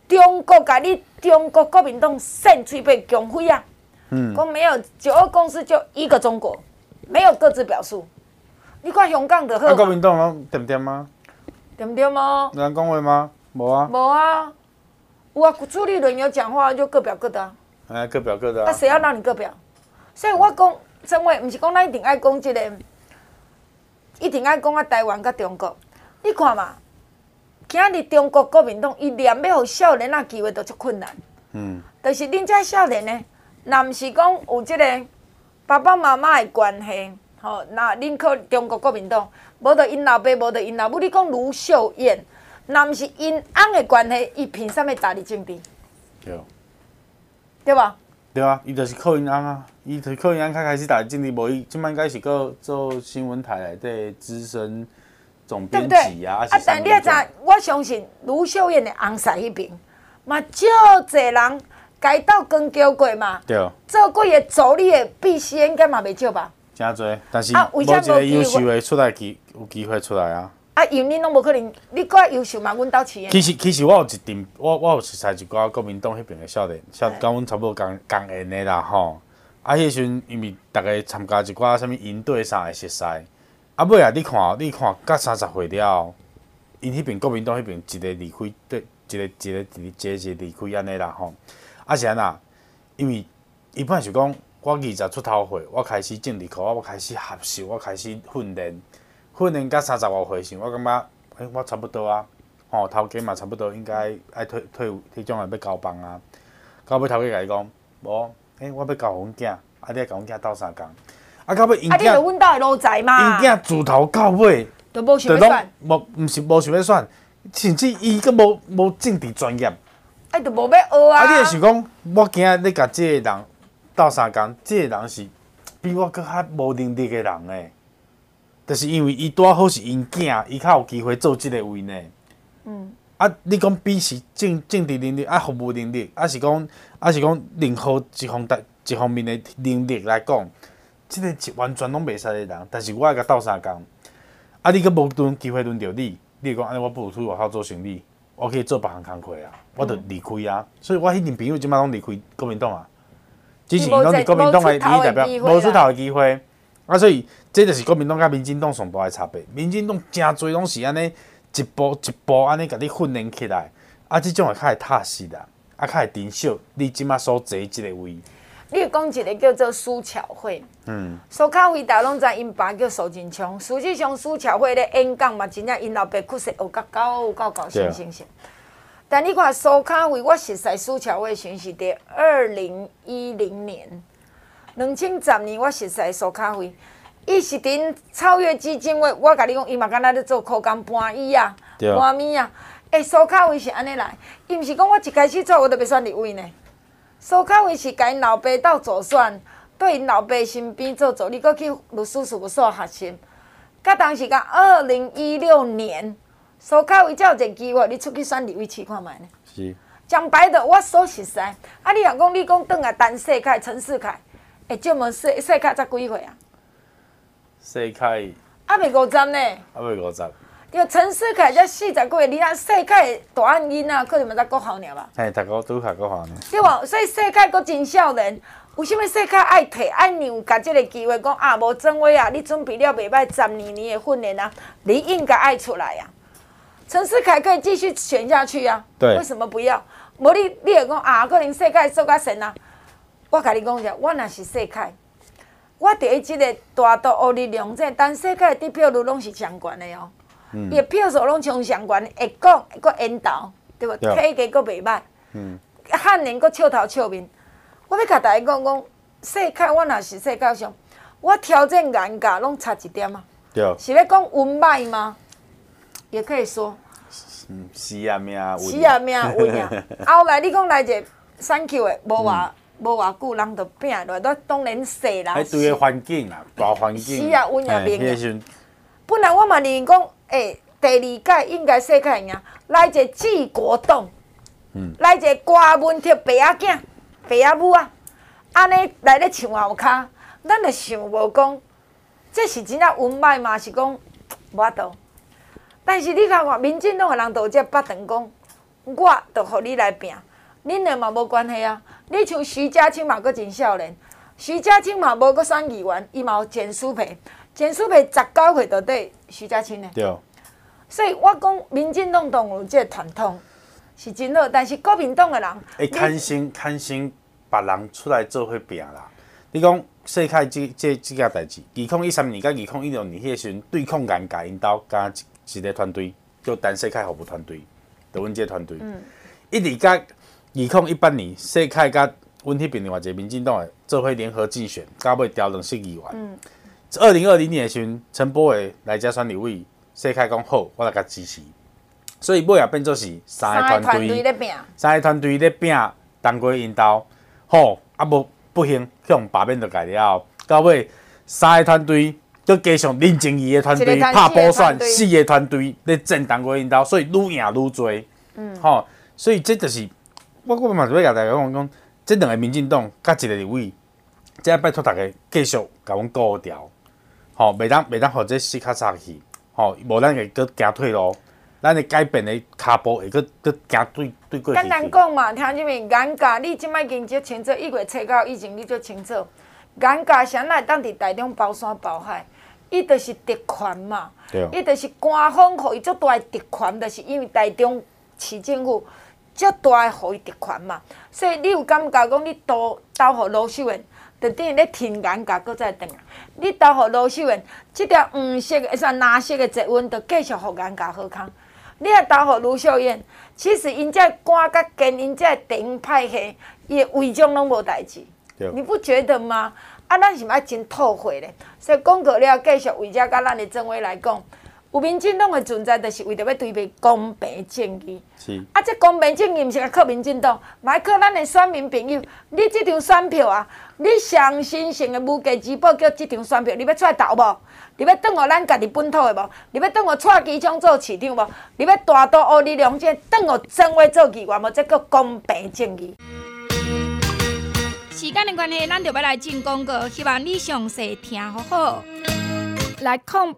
中国甲你中国国民党扇嘴巴强飞啊！讲没有9·2共识就一个中国，没有各自表述。你看香港就好。 国民党拢点点吗？ 对不对吗？ 有人讲话吗？无啊。 无啊，有啊，朱立伦有讲话就各表各的啊。 各表各的啊。 谁要让你各表？所以我讲，真话，毋是讲咱一定爱讲这个，一定爱讲台湾甲中国。你看嘛，今日中国国民党伊念要互少年仔机会都足困难。就是恁遮少年呢，若毋是讲有这个爸爸妈妈的关系，吼，那恁靠中国国民党，无着因老爸，无着因老母。你讲卢秀燕，若毋是因翁的关系，伊凭啥物踏入政治？ 对。 对吧？ 对啊，伊就是靠因翁啊，伊就是靠因翁较开始打政治，无伊即摆应该是个做新闻台内底资深总编辑啊。 啊，但你也知，我相信卢秀燕的翁婿迄边，嘛足侪人该斗光叫过嘛。 对。 做过的助理的秘书应该嘛袂少吧？ 真侪，但是无一个优秀的出来有机会出来啊。 啊，因为恁拢无可能，你搁优秀嘛？阮兜饲的。 其实我有一阵，我有熟悉一寡国民党迄边的少年，甲阮差不多共缘的啦吼。啊，迄时阵因为大家参加一寡啥物营队啥的熟悉，啊尾啊你看，到30岁了，因迄边国民党迄边一个离开，对，一个离开安尼啦吼。啊是安那，因为伊本来想讲，我20出头岁，我开始政治课，我开始合宿，我开始训练到30外岁时，我感觉，我差不多啊，吼，头家嘛差不多应该爱退迄种诶要交棒啊。到尾头家甲伊讲，无，我要交阮囝，啊，你来甲阮囝斗相共。啊，到尾因囝， 你著阮兜诶路仔嘛。 因囝自头到尾， 都无想要选， 毋是无想要选，甚至伊佫无政治专业。 就无要学啊。 啊，你会想讲，我今日咧甲即个人斗相共，即个人是比我佫较无能力的人诶。就是因为伊拄好是因囝，伊较有机会做即个位呢。啊，你讲比是政治能力啊，服务能力，是讲任何一方面的能力来讲，即个是完全拢袂使的人。但是我爱甲斗相共，啊，你佫无机会轮到你，你讲安尼，我不如出外口做生意，我可以做别项工课啊，我就离开啊。所以我迄阵朋友即摆拢离开国民党啊，之前拢是国民党的民意代表，无出头的机会。啊，所以这就是国民党甲民进党上大的差别。民进党真侪拢是安尼一步一步安尼甲你训练起来，啊，即种会较会踏实啦，啊，较会珍惜你即马所坐即个位。 你讲一个叫做苏巧慧，苏巧慧大家拢知，因爸叫苏金昌。实际上，苏巧慧咧演讲嘛，真正因老爸确实学到够新。但你看苏巧慧，我熟悉苏巧慧时是伫2010年。2010年，我熟悉苏巧慧，伊是伫超越基金会。我甲你讲，伊嘛敢若咧做苦工搬椅啊、搬米啊。苏巧慧是安尼来，伊毋是讲我一开始做我就要选立委呢。苏巧慧是甲因老爸斗助选，对因老爸身边做助理，搁去律师事务所学习。甲当时甲2016年，苏巧慧才有一个机会，你出去选立委试看觅呢。 是。 讲白的，我所熟悉。啊，你若讲你讲转来陈世凯、陈世凯。这么世凯才几岁啊？ 世凯还未50呢。 还未50。 对，陈世凯才40几岁，你看世凯大汉囡仔，可能嘛才国校尔吧？ 读国校呢。 对无？所以世凯阁真少年，为什么世凯爱摕爱让甲这个机会讲啊？无正话啊，你准备了袂歹12年的训练啊，你应该爱出来呀。陈世凯可以继续选下去啊。 对。 为什么不要？无你会讲啊？可能世凯做较神啊。我甲你讲者，我若是世凯，我伫伊即个大都学力量这，但世凯的得票率拢是上悬的哦。伊的票数拢冲上悬，会讲阁引导，对无？体格阁袂歹，汉人阁笑头笑面。我要甲大家讲，世凯我若是世界上，我挑战眼界拢差一点啊。 对。 是要讲文歹吗？也可以说。 死啊命运。 死啊命运啊！后来你讲来一个选区的，无偌久，人就变落，都当然细啦。 迄对个环境啦，大环境。 是啊，运也明啊。 本来我嘛认为讲，第二届应该世界赢，来一个治国党，来一个瓜文贴白仔囝、白仔母啊，安尼来咧唱后骹，咱就想无讲，这是真正运歹嘛？是讲无法度。但是你看看，民进党的人都有这巴顿讲， 我就互你来拼，恁两嘛无关系啊。你像徐家清嘛，佫真少年，徐家清嘛无佫选议员，伊嘛有简书培，简书培19岁就对徐家清的。 对。 所以我讲，民进党党有即个传统是真好，但是国民党的人会牵生别人出来做伙拼啦。你讲世界这件代志，2013年甲2016年迄个时阵对抗严格，因兜加一个团队叫单世界服务团队，就阮这团队。一直甲2018年世界甲阮迄边另外一个民进党的做伙联合竞选，到尾调2席议员。2020年的时阵，陈柏惟来遮选立委。世界讲好，我来甲支持，所以尾也变做是三个团队咧拼，当过因兜，好啊不行，向罢免就改了。到尾三个团队，佮加上林正义的团队拍补选，4个团队咧争当过因兜，所以愈赢愈多。吼，所以这就是我嘛就要甲大家讲，这两个民进党甲一个立委，这拜托大家继续甲阮顾调，吼，袂当互这死卡插去。吼，无咱会搁行退路，咱会改变的骹步会搁行对过去。 简单讲嘛，听即面严格，你即摆经济清楚，1月初9以前你就清楚。严格谁会当伫台中包山包海？伊就是特权嘛，伊就是官方互伊足大的特权，就是因为台中市政府足大的互伊特权嘛。所以你有感觉讲你投互卢秀燕？就等于咧停严格，搁再转来。你投互卢秀燕，即条黄色的、蓝色的节温，就继续互严格好康。你若投互卢秀燕，其实因这官甲奸，因这地派系，伊的伪装拢无代志。你不觉得吗？啊，咱是嘛真吐血咧。所以讲过了，继续为遮甲咱的政委来讲，有民进党的存在，就是为着要推动公平正义。 是。 啊，这公平正义毋是靠民进党，嘛靠咱的选民朋友。你这张选票啊！你上新型的无价之宝叫这张选票，你要出来投无？你要转互咱家己本土的无？你要转互蔡其昌做市长无？你要大都乌力量这转互政委做议员无？这叫公平正义。 时间的关系，咱就要来进广告，希望你详细听好好。来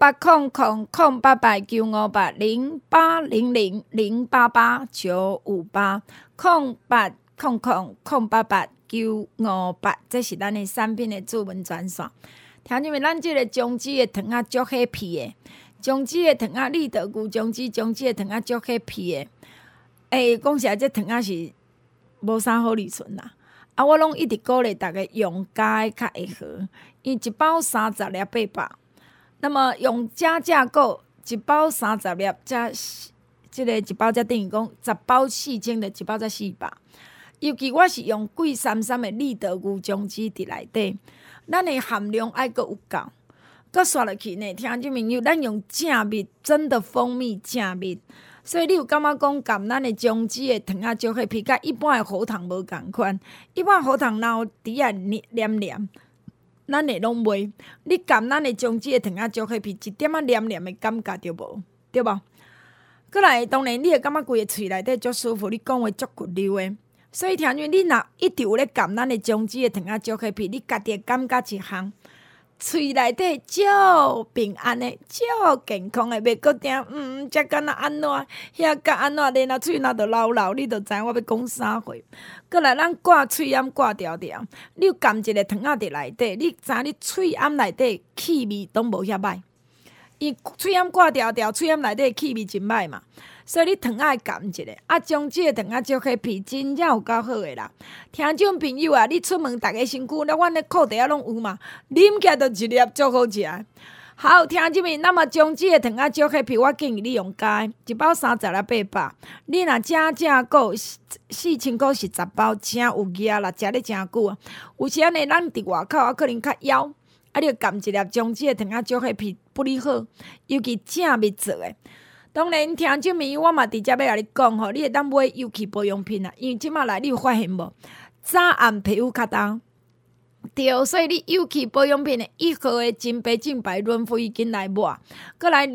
08009889580888958958，这是咱的产品的主文专线。听见没？咱这个姜子的糖仔足火皮的，姜子的糖仔立德牛姜子的糖仔足火皮的。讲实在，这糖仔是无啥好利润啦。啊，我拢一直鼓励大家用加的较会好，伊一包30粒800。那么用加价购一包30粒，加这个一包才等于讲10包4000的，一包才400。尤其我是用贵33的立德牛姜子伫内底，咱的含量爱阁有够，阁刷落去呢。听众朋友，咱用正蜜，真的蜂蜜正蜜，所以你有感觉讲含咱的姜子的糖仔少许皮，甲一般的喉糖无共款。一般喉糖若有底下黏黏。咱会拢袂，你含咱的姜子的糖仔少许皮，一点仔黏黏的感觉就无，对无？过来，当然你会感觉规个喙内底足舒服，你讲话足骨溜的。所以听见你若一直有咧含咱的姜子的糖仔少许皮，你家己会感觉一项，喙内底足平安的，足健康的，袂搁定遮敢若安怎，遐甲安怎，然后喙若着流，你着知我要讲啥货。过来，咱挂喙掩挂条条，你有含一个糖仔伫内底，你知你喙掩内底气味拢无遐歹。伊喙掩挂条条，喙掩内底气味真歹嘛。所以你糖仔含一个，啊，姜子的糖仔少许皮，真正有够好的啦。听众朋友啊，你出门逐个身躯，阮的裤底仔拢有嘛，啉起来就一粒足好食。好，听众朋友，那么姜子的糖仔少许皮，我建议你用加一包30粒800。你若正购4000块是10包，真有价啦，食咧真久啊。有时安尼，咱伫外口啊，可能较枵，啊，你含一粒姜子的糖仔少许皮，不哩好，尤其正蜜做的。当然，听众朋友，我嘛直接要甲你讲吼，你会当买油气保养品啦，因为即马来你有发现无？早暗皮肤较重，对，所以你油气保养品的1号的金白净白润肤已经来抹，搁来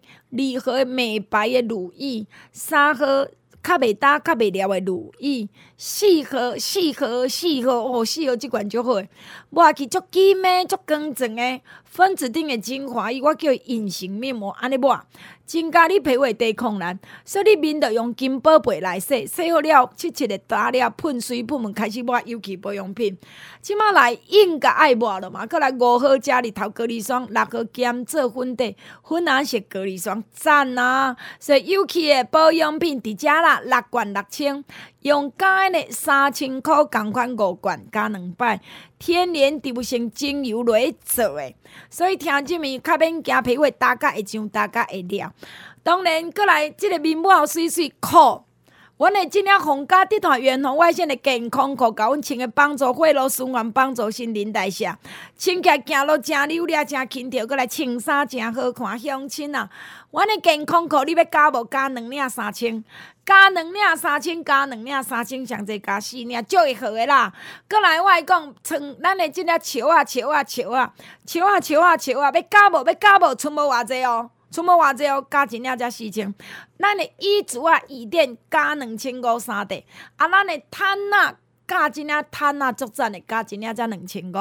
2号的美白的乳液，3号较袂干较袂了的乳液四号，哦，四号即款足好诶，抹去足金诶，足光泽诶，分子顶诶精华液，我叫伊隐形面膜，安尼抹，增加你皮肤抵抗力。所以你面着用金宝贝来洗，洗好了，切切的打了，喷水喷门开始抹油漆保养品。即马来应该爱抹了嘛，搁来5号加日头隔离霜，6号减做粉底，粉红色隔离霜，赞啊！所以油漆的保养品伫遮啦，6罐6000。用干的3000块，共款5罐加2摆，天然植物性精油落去做的，所以听即面较免惊皮肤打甲会痒，打甲会了。当然，过来即个面膜水水酷。阮的即领皇家集团远红外线的健康裤，甲阮穿的帮助血路循环，帮助新陈代谢，穿起来行路真溜咧，真轻佻，过来穿衫真好看。乡亲啊，阮的健康裤你要加无？加2领3000，加2领3000，加2领3000，上济加4领，足会好的啦。过来我来讲，穿咱的即领笑啊，要加无？要加无？剩无偌济哦。剩无偌济哦，加1领才4000。咱的衣橱啊、椅垫加2500地，啊，咱的毯啊加1领毯啊足赞的，加1领才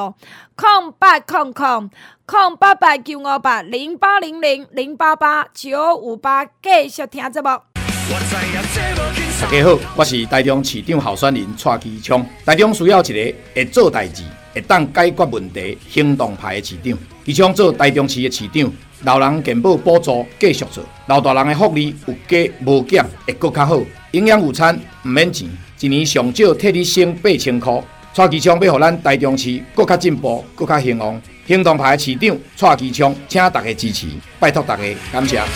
2500。0800-958-0800-0888-958，继续听节目。 大家好，我是台中市长候选人蔡其昌。台中需要一个会做代志、会当解决问题、行动派的市长。其昌做台中市的市长，老人健保补助继续做，老大人的福利有加无减，会搁较好。营养午餐唔免钱，一年上少替你省8000块。蔡其昌要互咱台中市搁较进步、搁较兴旺。行动派的市长蔡其昌，请大家支持，拜托大家，感谢。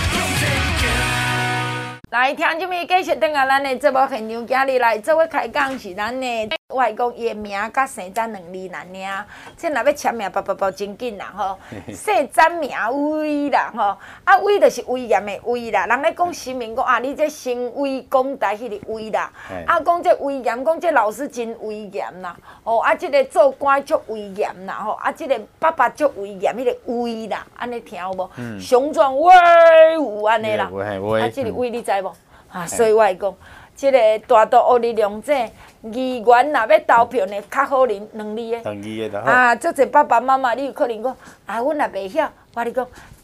来，听即面继续转来咱的节目现场，今日来做伙开讲是咱的，我来讲伊的名甲姓詹2字难领，即若要签名，真紧啦吼。姓詹名威啦吼，啊威就是威严的威啦。人咧讲新闻讲啊，你这新威讲台迄个威啦，啊讲这威严，讲这老师真威严啦，哦啊这个做官足威严啦吼，啊这个爸爸足威严，迄个威啦，安尼听有无？雄壮威武安尼啦，啊这个威你知无？啊，所以我来讲，即个大道学力量者，议员若要投票呢，较好啉2字的。2字的就好。啊，足侪爸爸妈妈，你有可能讲，啊，阮也袂晓，我你讲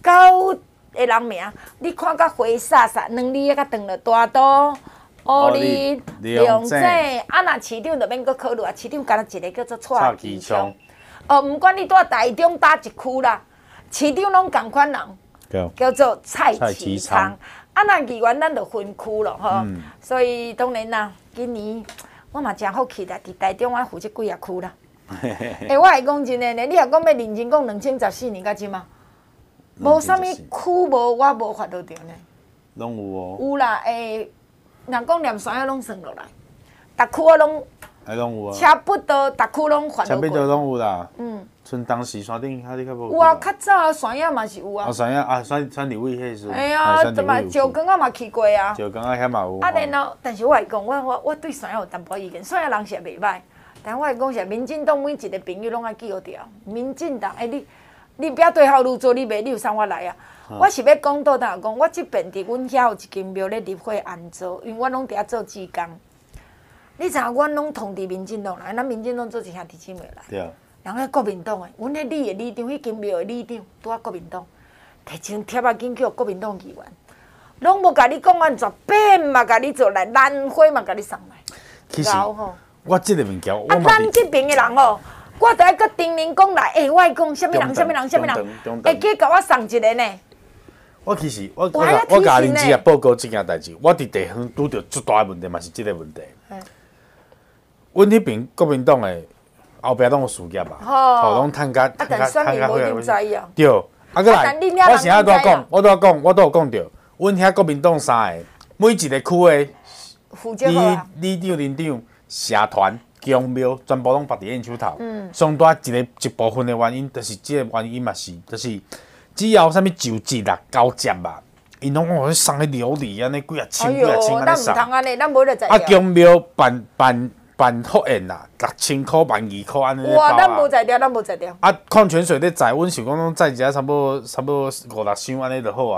9个人名，你看甲花洒洒2字的，甲长了大道学力量者，啊，若市长就免阁考虑啊，市长干那一个叫做蔡其昌。哦，毋管你住台中哪一区啦，市长拢共款人，叫做蔡其昌。啊，那议员咱就分区咯，吼，所以当然啦，今年我嘛真好气啦，伫台中我负责几啊区啦。我来讲真诶呢，你若讲要认真讲2014年到即嘛，无啥物区无我无发到着呢。 拢有哦。 有啦，若讲连山仔拢算落来，逐区啊拢。 拢有啊。 差不多逐区拢发到过。 差不多拢有啦。像当时山顶遐你较无。 有啊，较早山野嘛是有啊。 山野啊，山立伟迄时。 哎呀，怎么石冈啊嘛去过啊？ 石冈啊遐嘛有。 啊，然后，但是我来讲，我对山野有淡薄意见，山野人是袂歹，但我来讲是民进党每一个朋友拢爱记好条。民进党，你不要对号入座，你有啥我来啊？我是要讲倒当讲，我即边伫阮遐有一间庙咧立火安做，因为我拢伫遐做志工。你知影，阮拢同伫民进党来，咱民进党做一兄弟姊妹来。对。人咧国民党诶，阮咧里诶里长，迄间庙诶里长，拄啊国民党，摕张贴仔紧叫国民党议员，拢无甲你讲安怎变嘛，甲你做来兰花嘛，甲你送来。 其实，我即个物件，我咱即边诶人吼，我著爱搁叮咛讲来，我爱讲啥物人，会记甲我送一个呢。 我其实，我甲林子也报告即件代志，我伫地方拄着最大诶问题嘛是即个问题。阮迄边国民党诶。后壁拢有事业啊，吼，拢趁甲好啊。对，啊，搁来，我是拄讲，我都有讲着，阮遐国民党3个，每一个区的里长、林长、社团、公庙，全部拢绑伫因手头。上大一部分的原因，就是即个原因嘛是，就是只要啥物就职啦、交接啊，因拢往去送迄琉璃安尼几啊千安尼送。 咱毋通安尼，咱无咧在。 啊，公庙办福宴啦，6000块、1200块安尼咧包啊。 哇，咱无在调。 啊，矿泉水咧载，阮想讲拢载一下差不多5-6箱安尼就好啊。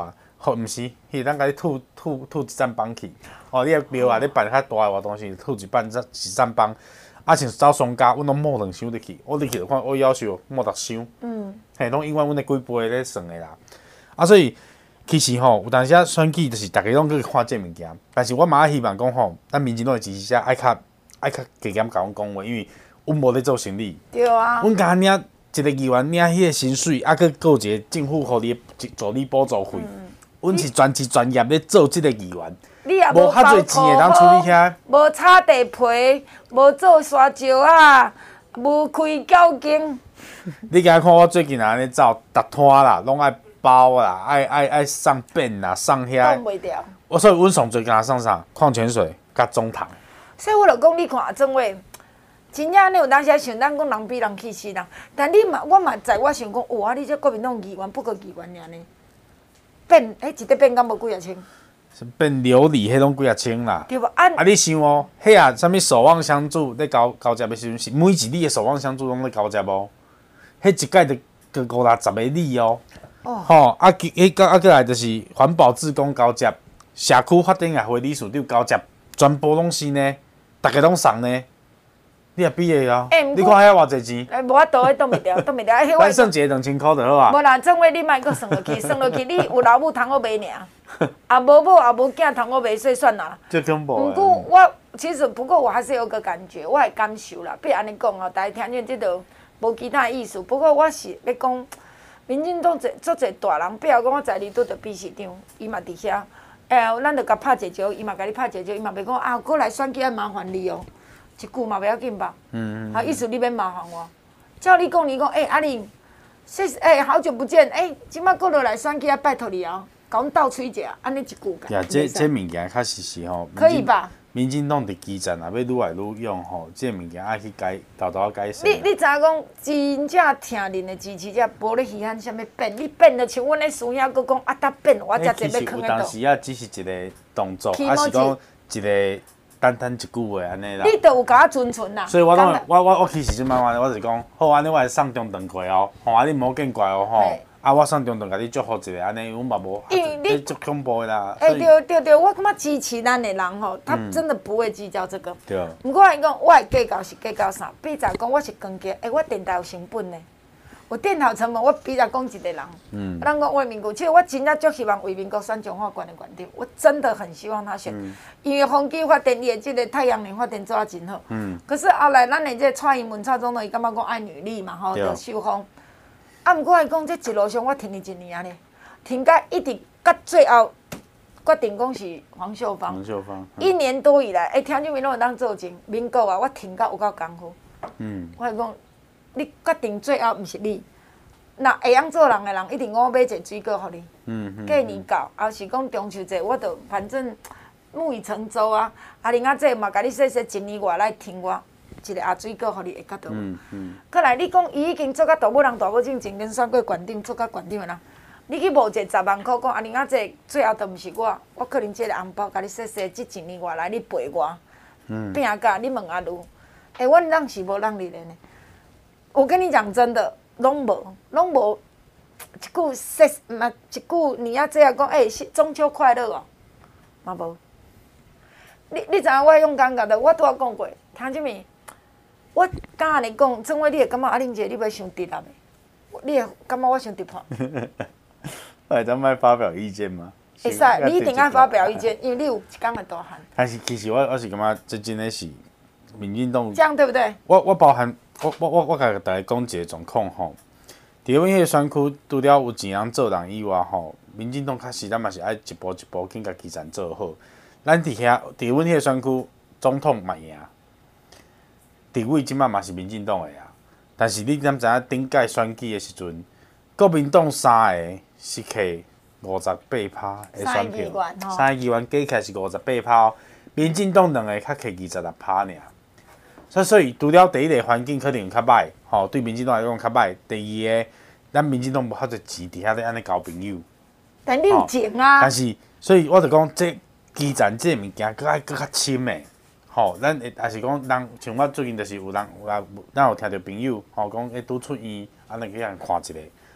吼，毋是，迄咱甲你吐一站帮去。哦，你个庙啊，你办较大个活动时，吐一站帮。啊，像走商家，阮拢摸2箱入去，我入去就看我要求摸6箱。嘿，拢永远阮的几杯咧算的啦。啊，所以其实吼，有当时选举就是大家拢去看这物件，但是我嘛希望讲吼，咱民进党的支持者爱较加减甲阮讲话，因为阮无咧做生意。 对啊。 阮甲领一个议员领迄个薪水，啊，佮有一个政府互你助理补助费。阮是全业咧做即个议员。 你也无较侪钱会当处理遐， 无擦地皮，无做沙石啊，无开交警。 你今看我最近安尼走，逐摊啦，拢爱包啦，爱上便啦，上遐。 挡袂掉。 所以阮上最敢上啥？矿泉水甲中糖。 所以我就讲，你看郑伟，真正你有当时想咱讲人比人气死人，但你嘛，我嘛在我想讲，哇，你这国民党议员不过议员尔呢，变一得变敢无几啊千。 变琉璃，迄拢几啊千啦。 对无？啊， 你想哦，迄啊，啥物守望相助咧交接的时阵，是每一里的守望相助拢咧交接哦。迄一届就50-60个里哦。吼，过来就是环保志工交接，社区发展协会理事长交接，全部拢是呢，大家拢送呢。你也毕业啊？你看遐偌济钱？ 无法度，迄挡袂掉，挡袂掉。 咱算一个2000块就好啊。 无啦，郑伟，你莫阁算落去，算落去，你有老母通我买尔。啊，无某也无囝通我袂说算啦。 这恐怖。 不过我其实不过我还是有个感觉，我会感受啦。比如安尼讲哦，大家听见这个无其他意思。不过我是要讲，民进党足侪大人，比如讲我在里拄着秘书长，伊嘛伫遐，咱着甲拍一招，伊嘛甲你拍一招，伊嘛袂讲啊，过来选举要麻烦你哦，一句嘛袂要紧吧？好，意思你免麻烦我。照你讲，你讲阿玲，好久不见，即摆过落来选举啊，拜托你哦。甲阮斗吹者，安尼一句甲。 呀，这物件确实是吼。 可以吧？ 民进党伫基层啊，要愈来愈用吼，这物件爱去豆改善。 你知影讲真正听恁的支持者，无咧稀罕啥物变，你变就像阮咧私遐佫讲啊，搭变，我才侪要囥有当时啊，只是一个动作，还是讲一个单一句话安尼啦。 你著有甲我遵循啦。 所以我其实即摆我是讲，好安尼我会送中顿过哦，吼安尼莫见怪哦吼。啊，我送中顿，甲你祝福一下，安尼阮嘛无，你足恐怖的啦。 对，我感觉支持咱的人吼，他真的不会计较这个。 对。 毋过伊讲，我的计较是计较啥？比如讲，我是光计，我电台有成本呢，有电头成本。我比如讲一个人，咱讲为民国，其实我真正足希望为民国选中华县的县长，我真的很希望他选，因为风机发电伊的这个太阳能发电做啊真好。可是后来咱的这个蔡英文蔡总统，伊感觉讲爱女力嘛吼，着受封。啊，毋过来讲，这一路上我挺你1年安尼，挺到一直到最后，决定讲是黄秀芳。1年多以来，听众们拢会当做证，民国啊，我挺到有够功夫。我讲，你决定最后毋是你，那会晓做人的人，一定我买一个水果互你。过年到，还是讲中秋节，我就反正木已成舟啊。啊，另外这嘛，甲你说1年外来听我。一个水果，互你会较到。过来，你讲伊已经做到大母人大母亲，前经选过县长，做到县长的人，你去募一个10万块，讲啊，另外这最后都毋是我可能这个红包，甲你说这1年外来你陪我，拼甲你问阿如，阮人是无人力的呢。我跟你讲真的，拢无一句说嘛，一句你要这样讲，中秋快乐哦，嘛无。你知影我用感觉的，我拄仔讲过，听什物？我敢安尼讲，郑伟，你会感觉阿玲姐你要伤直立的？你会感觉我伤直破？ 我咱莫发表意见吗？ 会使，你一定要发表意见，因为你有一天的大汉。 但是其实我是感觉这真的是民进党。 这样对不对？ 我包含我甲大家讲一个状况吼，伫阮迄个选区，除了有钱人做人以外吼，民进党确实咱嘛是爱一步一步紧甲基层做好。咱伫遐伫阮迄个选区，总统嘛赢。地位即摆嘛是民进党的啊，但是你敢知影顶届选举的时阵，国民党3个是摕58%的选票，3个议员加起来是58%，民进党2个较摕26%尔。所以除了第一个环境可能有较歹，吼对民进党来讲较歹。第二个，咱民进党无遐侪钱伫遐咧安尼交朋友。 但你有钱啊？ 但是，所以我就讲，这基层这物件，佫较深的。吼，咱也是讲人，像我最近就是有人，咱有听到朋友吼讲，拄出院，安尼去人看一下，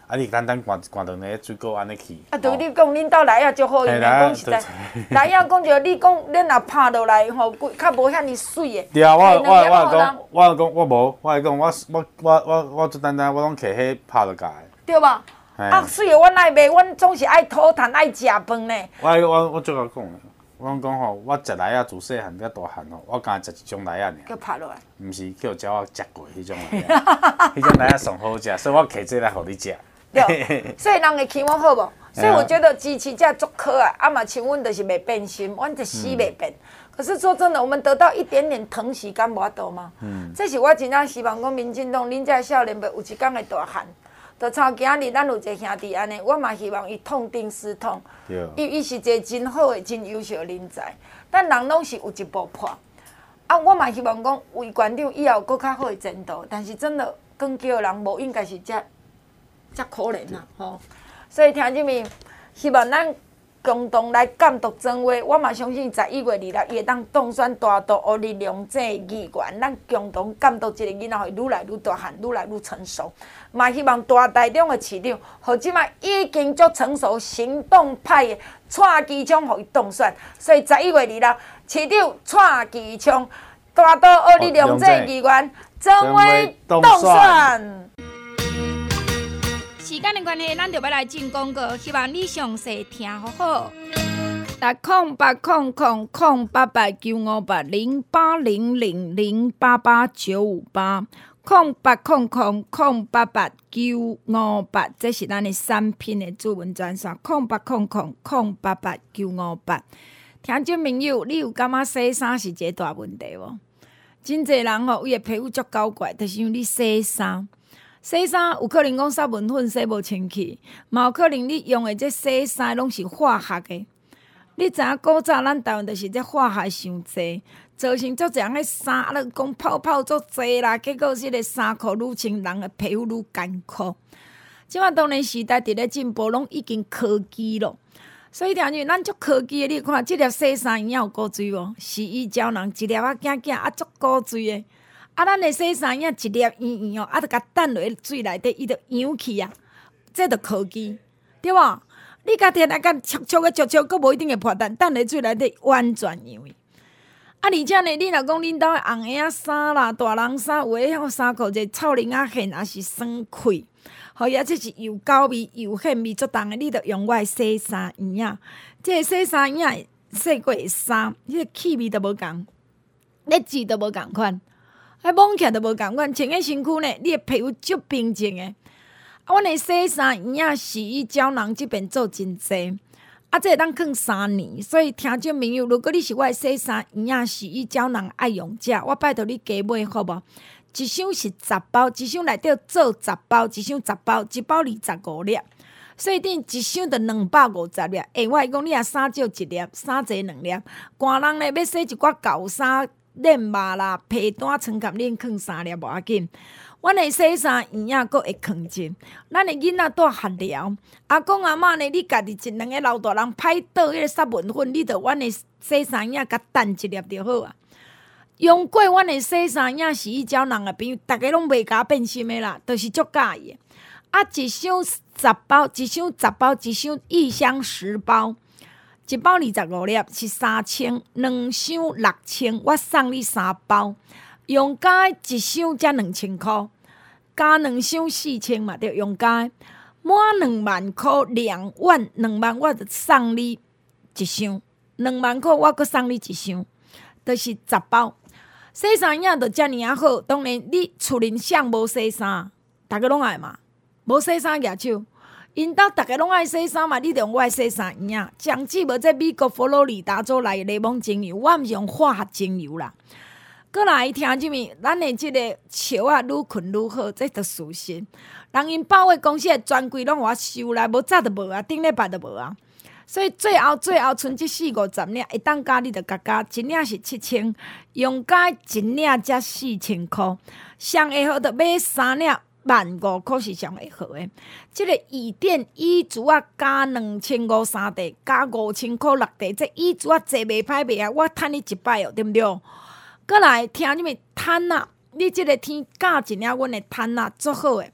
你简单灌两个水果安尼去。 对你讲，恁兜来啊足好用的，讲实在，来啊讲着你讲，恁若拍落来吼，较无遐尼水的。 对啊，我讲，我讲，我最简单，我拢摕迄拍落来。 对吧？啊，水的阮爱卖，阮总是爱讨趁爱食饭呢。 我最甲讲的，我讲吼，我食梨仔自细汉到大汉吼，我敢食一种梨仔尔。 叫拍落来。 毋是叫叫我食过迄种梨仔，迄种梨仔上好食，所以我摕这来互你食。 对，所以人的期望好无？所以我觉得机器这足可爱，啊嘛像阮就是袂变心，阮就死袂变。可是说真的，我们得到一点点疼惜，敢无多吗？这是我真正希望讲民进党恁这少年辈有一天会大汉。就像今日咱有一个兄弟安尼，我嘛希望伊痛定思痛。伊是一个真好的、真优秀的人才，但人拢是有一步破。啊，我嘛希望讲为县长以后搁较好的前途，但是真的光叫人无应该是遮可怜呐，吼。所以听众们，希望咱共同来监督政话。我嘛相信11月26日，伊会当当选大都乌日良政议员，咱共同监督这个囡仔会愈来愈大汉，愈来愈成熟。嘛希望大台中的市长，和即摆已经足成熟行动派的蔡其昌，互伊当选。所以11月26日，市长蔡其昌大都乌日良政议员曾为当选。 时间的关系，咱就要来进广告，希望你详细听好好。0800-088-958，0800-088-958，这是咱的3拼的主文专线。0800-088-958。听众朋友，你有感觉洗衫是一个大问题无？真侪人吼，伊的皮肤足搞怪，就是因为你洗衫。洗衫有可能讲杀蚊粉洗无清气，嘛有可能你用的这洗衫拢是化学的。你知影古早咱台湾就是这化学伤济，造成足侪人的衫啊，讲泡足济啦，结果这个衫裤愈穿人的皮肤愈艰苦。即摆当然时代伫咧进步，拢已经科技咯。所以听见咱足科技的，你看即粒洗衫液有古水无？洗衣胶囊一粒啊，囝啊足古水的。啊，咱的洗衫液一粒圆圆哦，啊，著甲等落水内底，伊著扬去啊。这著科技，对无？你家己来甲灼的灼，佫无一定会破蛋，等落水内底完全扬去。啊，而且呢，你若讲恁兜的红鞋衫啦、大人衫，有诶迄衫裤者臭灵啊现，也是酸气，吼，而且是又狗味又咸味足重的，你著用我的洗衫液啊。这个洗衫液洗过的衫，迄个气味都无共，咧质都无共款。摸起来都无共款，穿喺身躯呢，你的皮肤足平静的。啊，阮的洗衫液、洗衣胶囊即边做真济，啊，这会当放3年。所以听众朋友，如果你是我的洗衫液、洗衣胶囊爱用者，我拜托你加买好无？一箱是10包，一箱内底做10包，一箱10包，一包25粒。所以等一箱就250粒。我会讲你若衫少1粒，衫济2粒。寒人呢要洗一寡旧衫。练肉啦、皮单、床夹恁放3粒无要紧。阮的洗衫液啊，佫会放进。咱的囡仔带学疗，阿公阿嬷呢，你家己一两个老大人歹倒迄个杀蚊粉，你着阮的洗衫液甲等一粒就好啊。用过阮的洗衫液、洗衣胶囊的朋友，逐个拢袂甲变心的啦，都是足介意的。啊，一箱10包，一箱10包，一箱10包。一包25粒是3000，2箱6000，我送你3包，用加一箱才2000块，加2箱4000嘛，着用加满2万块2万，我着送你一箱，2万块我阁送你一箱，就是10包。洗衫液着遮尔啊好，当然你厝里谁无洗衫，逐个拢爱嘛，无洗衫举手。因兜逐个拢爱洗衫嘛，你着用我的洗衫液。上次无在美国佛罗里达州来的柠檬精油，我毋是用化学精油啦。过来听即物，咱的即个笑啊愈困愈好，这着事实。人因百货公司的专柜拢我收来，无早就无啊，顶礼拜就无啊。所以最后剩这40-50领，会当加你着加，一领是7000，用加一领才4000块，上会好着买3领。15000块是上会好诶，即个椅垫椅子啊，加2500地，加5000块6地，这椅子啊坐袂歹袂啊，我趁你1摆哦，对毋对？过来听你们毯啊，你即个天教一领阮的毯啊，足好诶。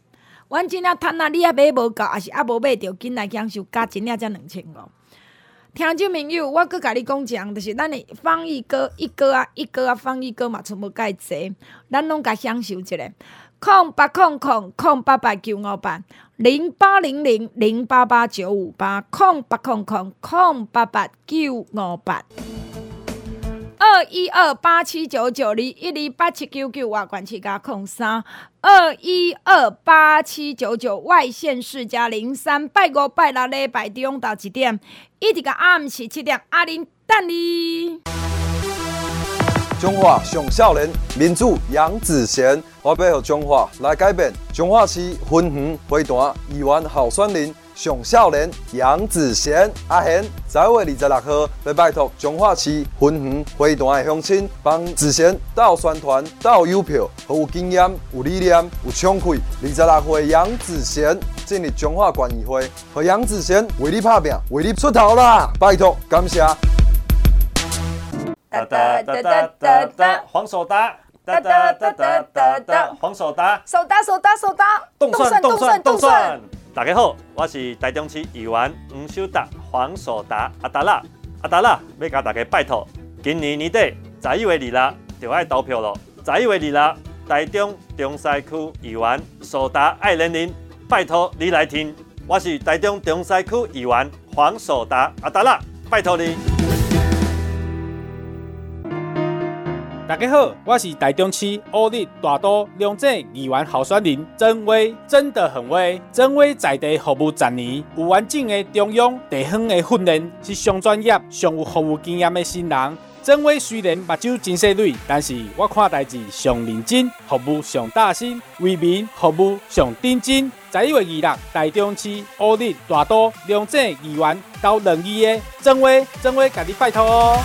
阮真正趁啊，你也买无够，还是还无买着，紧来享受，加一领才2500。听众朋友，我搁甲你讲一项，就是咱的放一哥放一哥嘛，全部介济，咱拢甲享受一下。0800088958 0800088958 0800088958 212879921287799外管气加03 2128799外县市加03拜5拜6礼拜中到1点，一直到暗时7点，阿玲等你。 中华上少年民主杨子贤，我要让中华来改变。中华市分园花坛议员候选人上少年杨子贤阿贤，10月26号要拜托中华市分园花坛的乡亲，帮子贤斗宣传、斗邮票，和有经验、有理念、有冲气。26岁杨子贤进入中华县议会，和杨子贤为你拍拼，为你出头啦！拜托，感谢。 哒哒哒哒哒哒，黄手搭，哒哒哒哒哒哒，黄手搭， 手搭， 动算。大家好，我是台中市议员黄守达，黄手达阿达拉，要甲大家拜托，今年年底11月26就要投票咯。11月26，台中中西区议员手达爱人林，拜托你来听，我是台中中西区议员黄手达阿达拉，拜托你。 大家好，我是台中市乌日大都两镇议员候选人曾威，真的很威。曾威在地服务10年，有完整的中央地方的训练，是上专业、上有服务经验的新人。曾威虽然目睭真细蕊，但是我看代志上认真，服务上大心，为民服务上认真。11月26，台中市乌日大都两镇议员到2议的曾威，甲你拜托哦。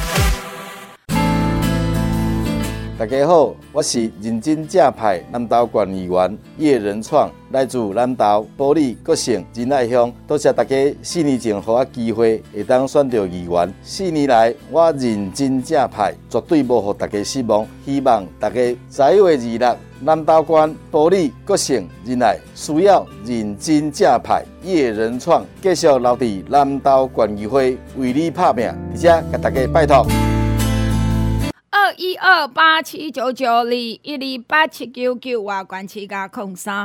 大家好，我是认真正派南投县议员叶仁创，来自南投埔里国姓仁爱乡。多谢大家4年前给我机会，会当选到议员。4年来，我认真正派，绝对无让大家失望。希望大家11月26，南投县埔里国姓仁爱需要认真正派叶仁创继续留伫南投县议会为你拍拼，而且甲大家拜托。 212879921287799外管气加03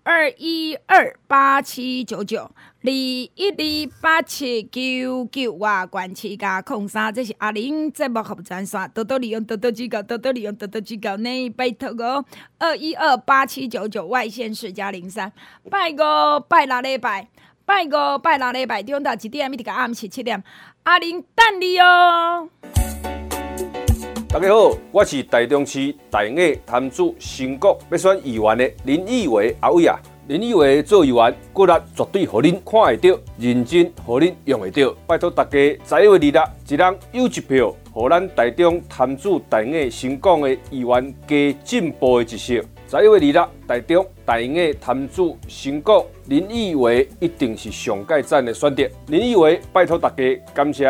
212879921287799外管气加03，这是阿玲节目服务专线，多多利用，多多指教，多多利用，多多指教，呢拜托哦。2128799外县市加03拜5拜6礼拜。拜5拜6礼拜中到1点，一直到暗时7点，阿玲等你哦。 大家好，我是台中市大雅潭子新国要选议员的林义伟阿伟啊。林义伟做议员，骨力绝对互恁看会到，认真互恁用会到。拜托大家11月26，一人有一票，互咱台中潭子大雅新港的议员加进步的一色。11月26，台中大雅潭子新港林义伟一定是上界赞的选择。林义伟，拜托大家，感谢。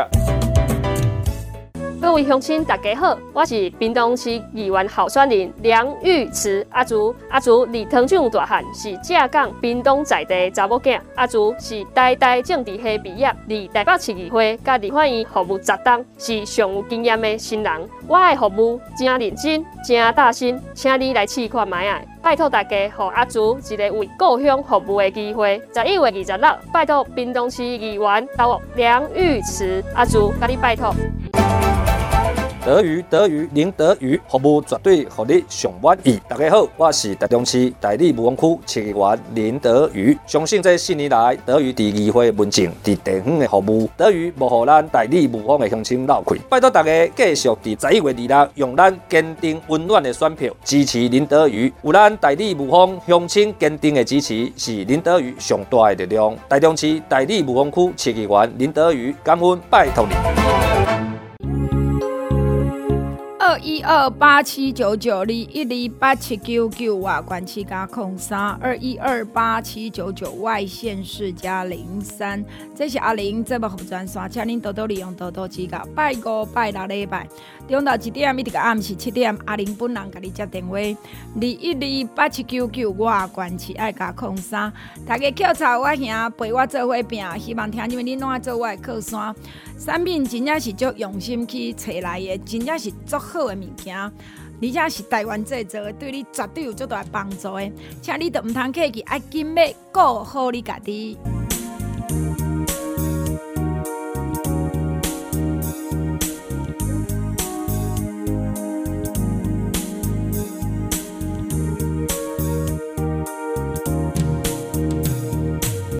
各位乡亲，大家好，我是屏东市议员候选人梁玉慈阿竹。阿竹离糖厂大汉，是正港屏东在地查某囝。阿竹是代代政治系毕业，离台北市议会甲立法院服务10档，是上有经验的新人。我的服务真认真，真大心，请你来试看卖啊！拜托大家，给阿竹一个为故乡服务的机会。11月26，拜托屏东市议员到梁玉慈阿竹，甲你拜托。 德语林德语服务绝对让你上满意。大家好，我是台中市大理武峰区市议员林德语。相信这4年来，德语伫议会文政、伫地方的服务，德语无互咱大理武峰的乡亲漏气。拜托大家继续伫11月26，用咱坚定温暖的选票支持林德语。有咱大理武峰乡亲坚定的支持，是林德语上大的力量。台中市大理武峰区市议员林德语，感恩拜托你。 212879921128799外关市加0321287799外县市加03，这是阿玲节目服务专线，请您多多利用，多多指教。拜五、拜六礼拜，中昼1点一直到暗时7点，阿玲本人甲你接电话2128799外关市爱加03。大家捡草我兄陪我做伙拼，希望听你们恁拢做我的靠山。产品真正是足用心去找来的，真正是足好的物件，而且是台湾制造的，对你绝对有足大帮助的。请你都唔通客气，爱紧买顾好你家己。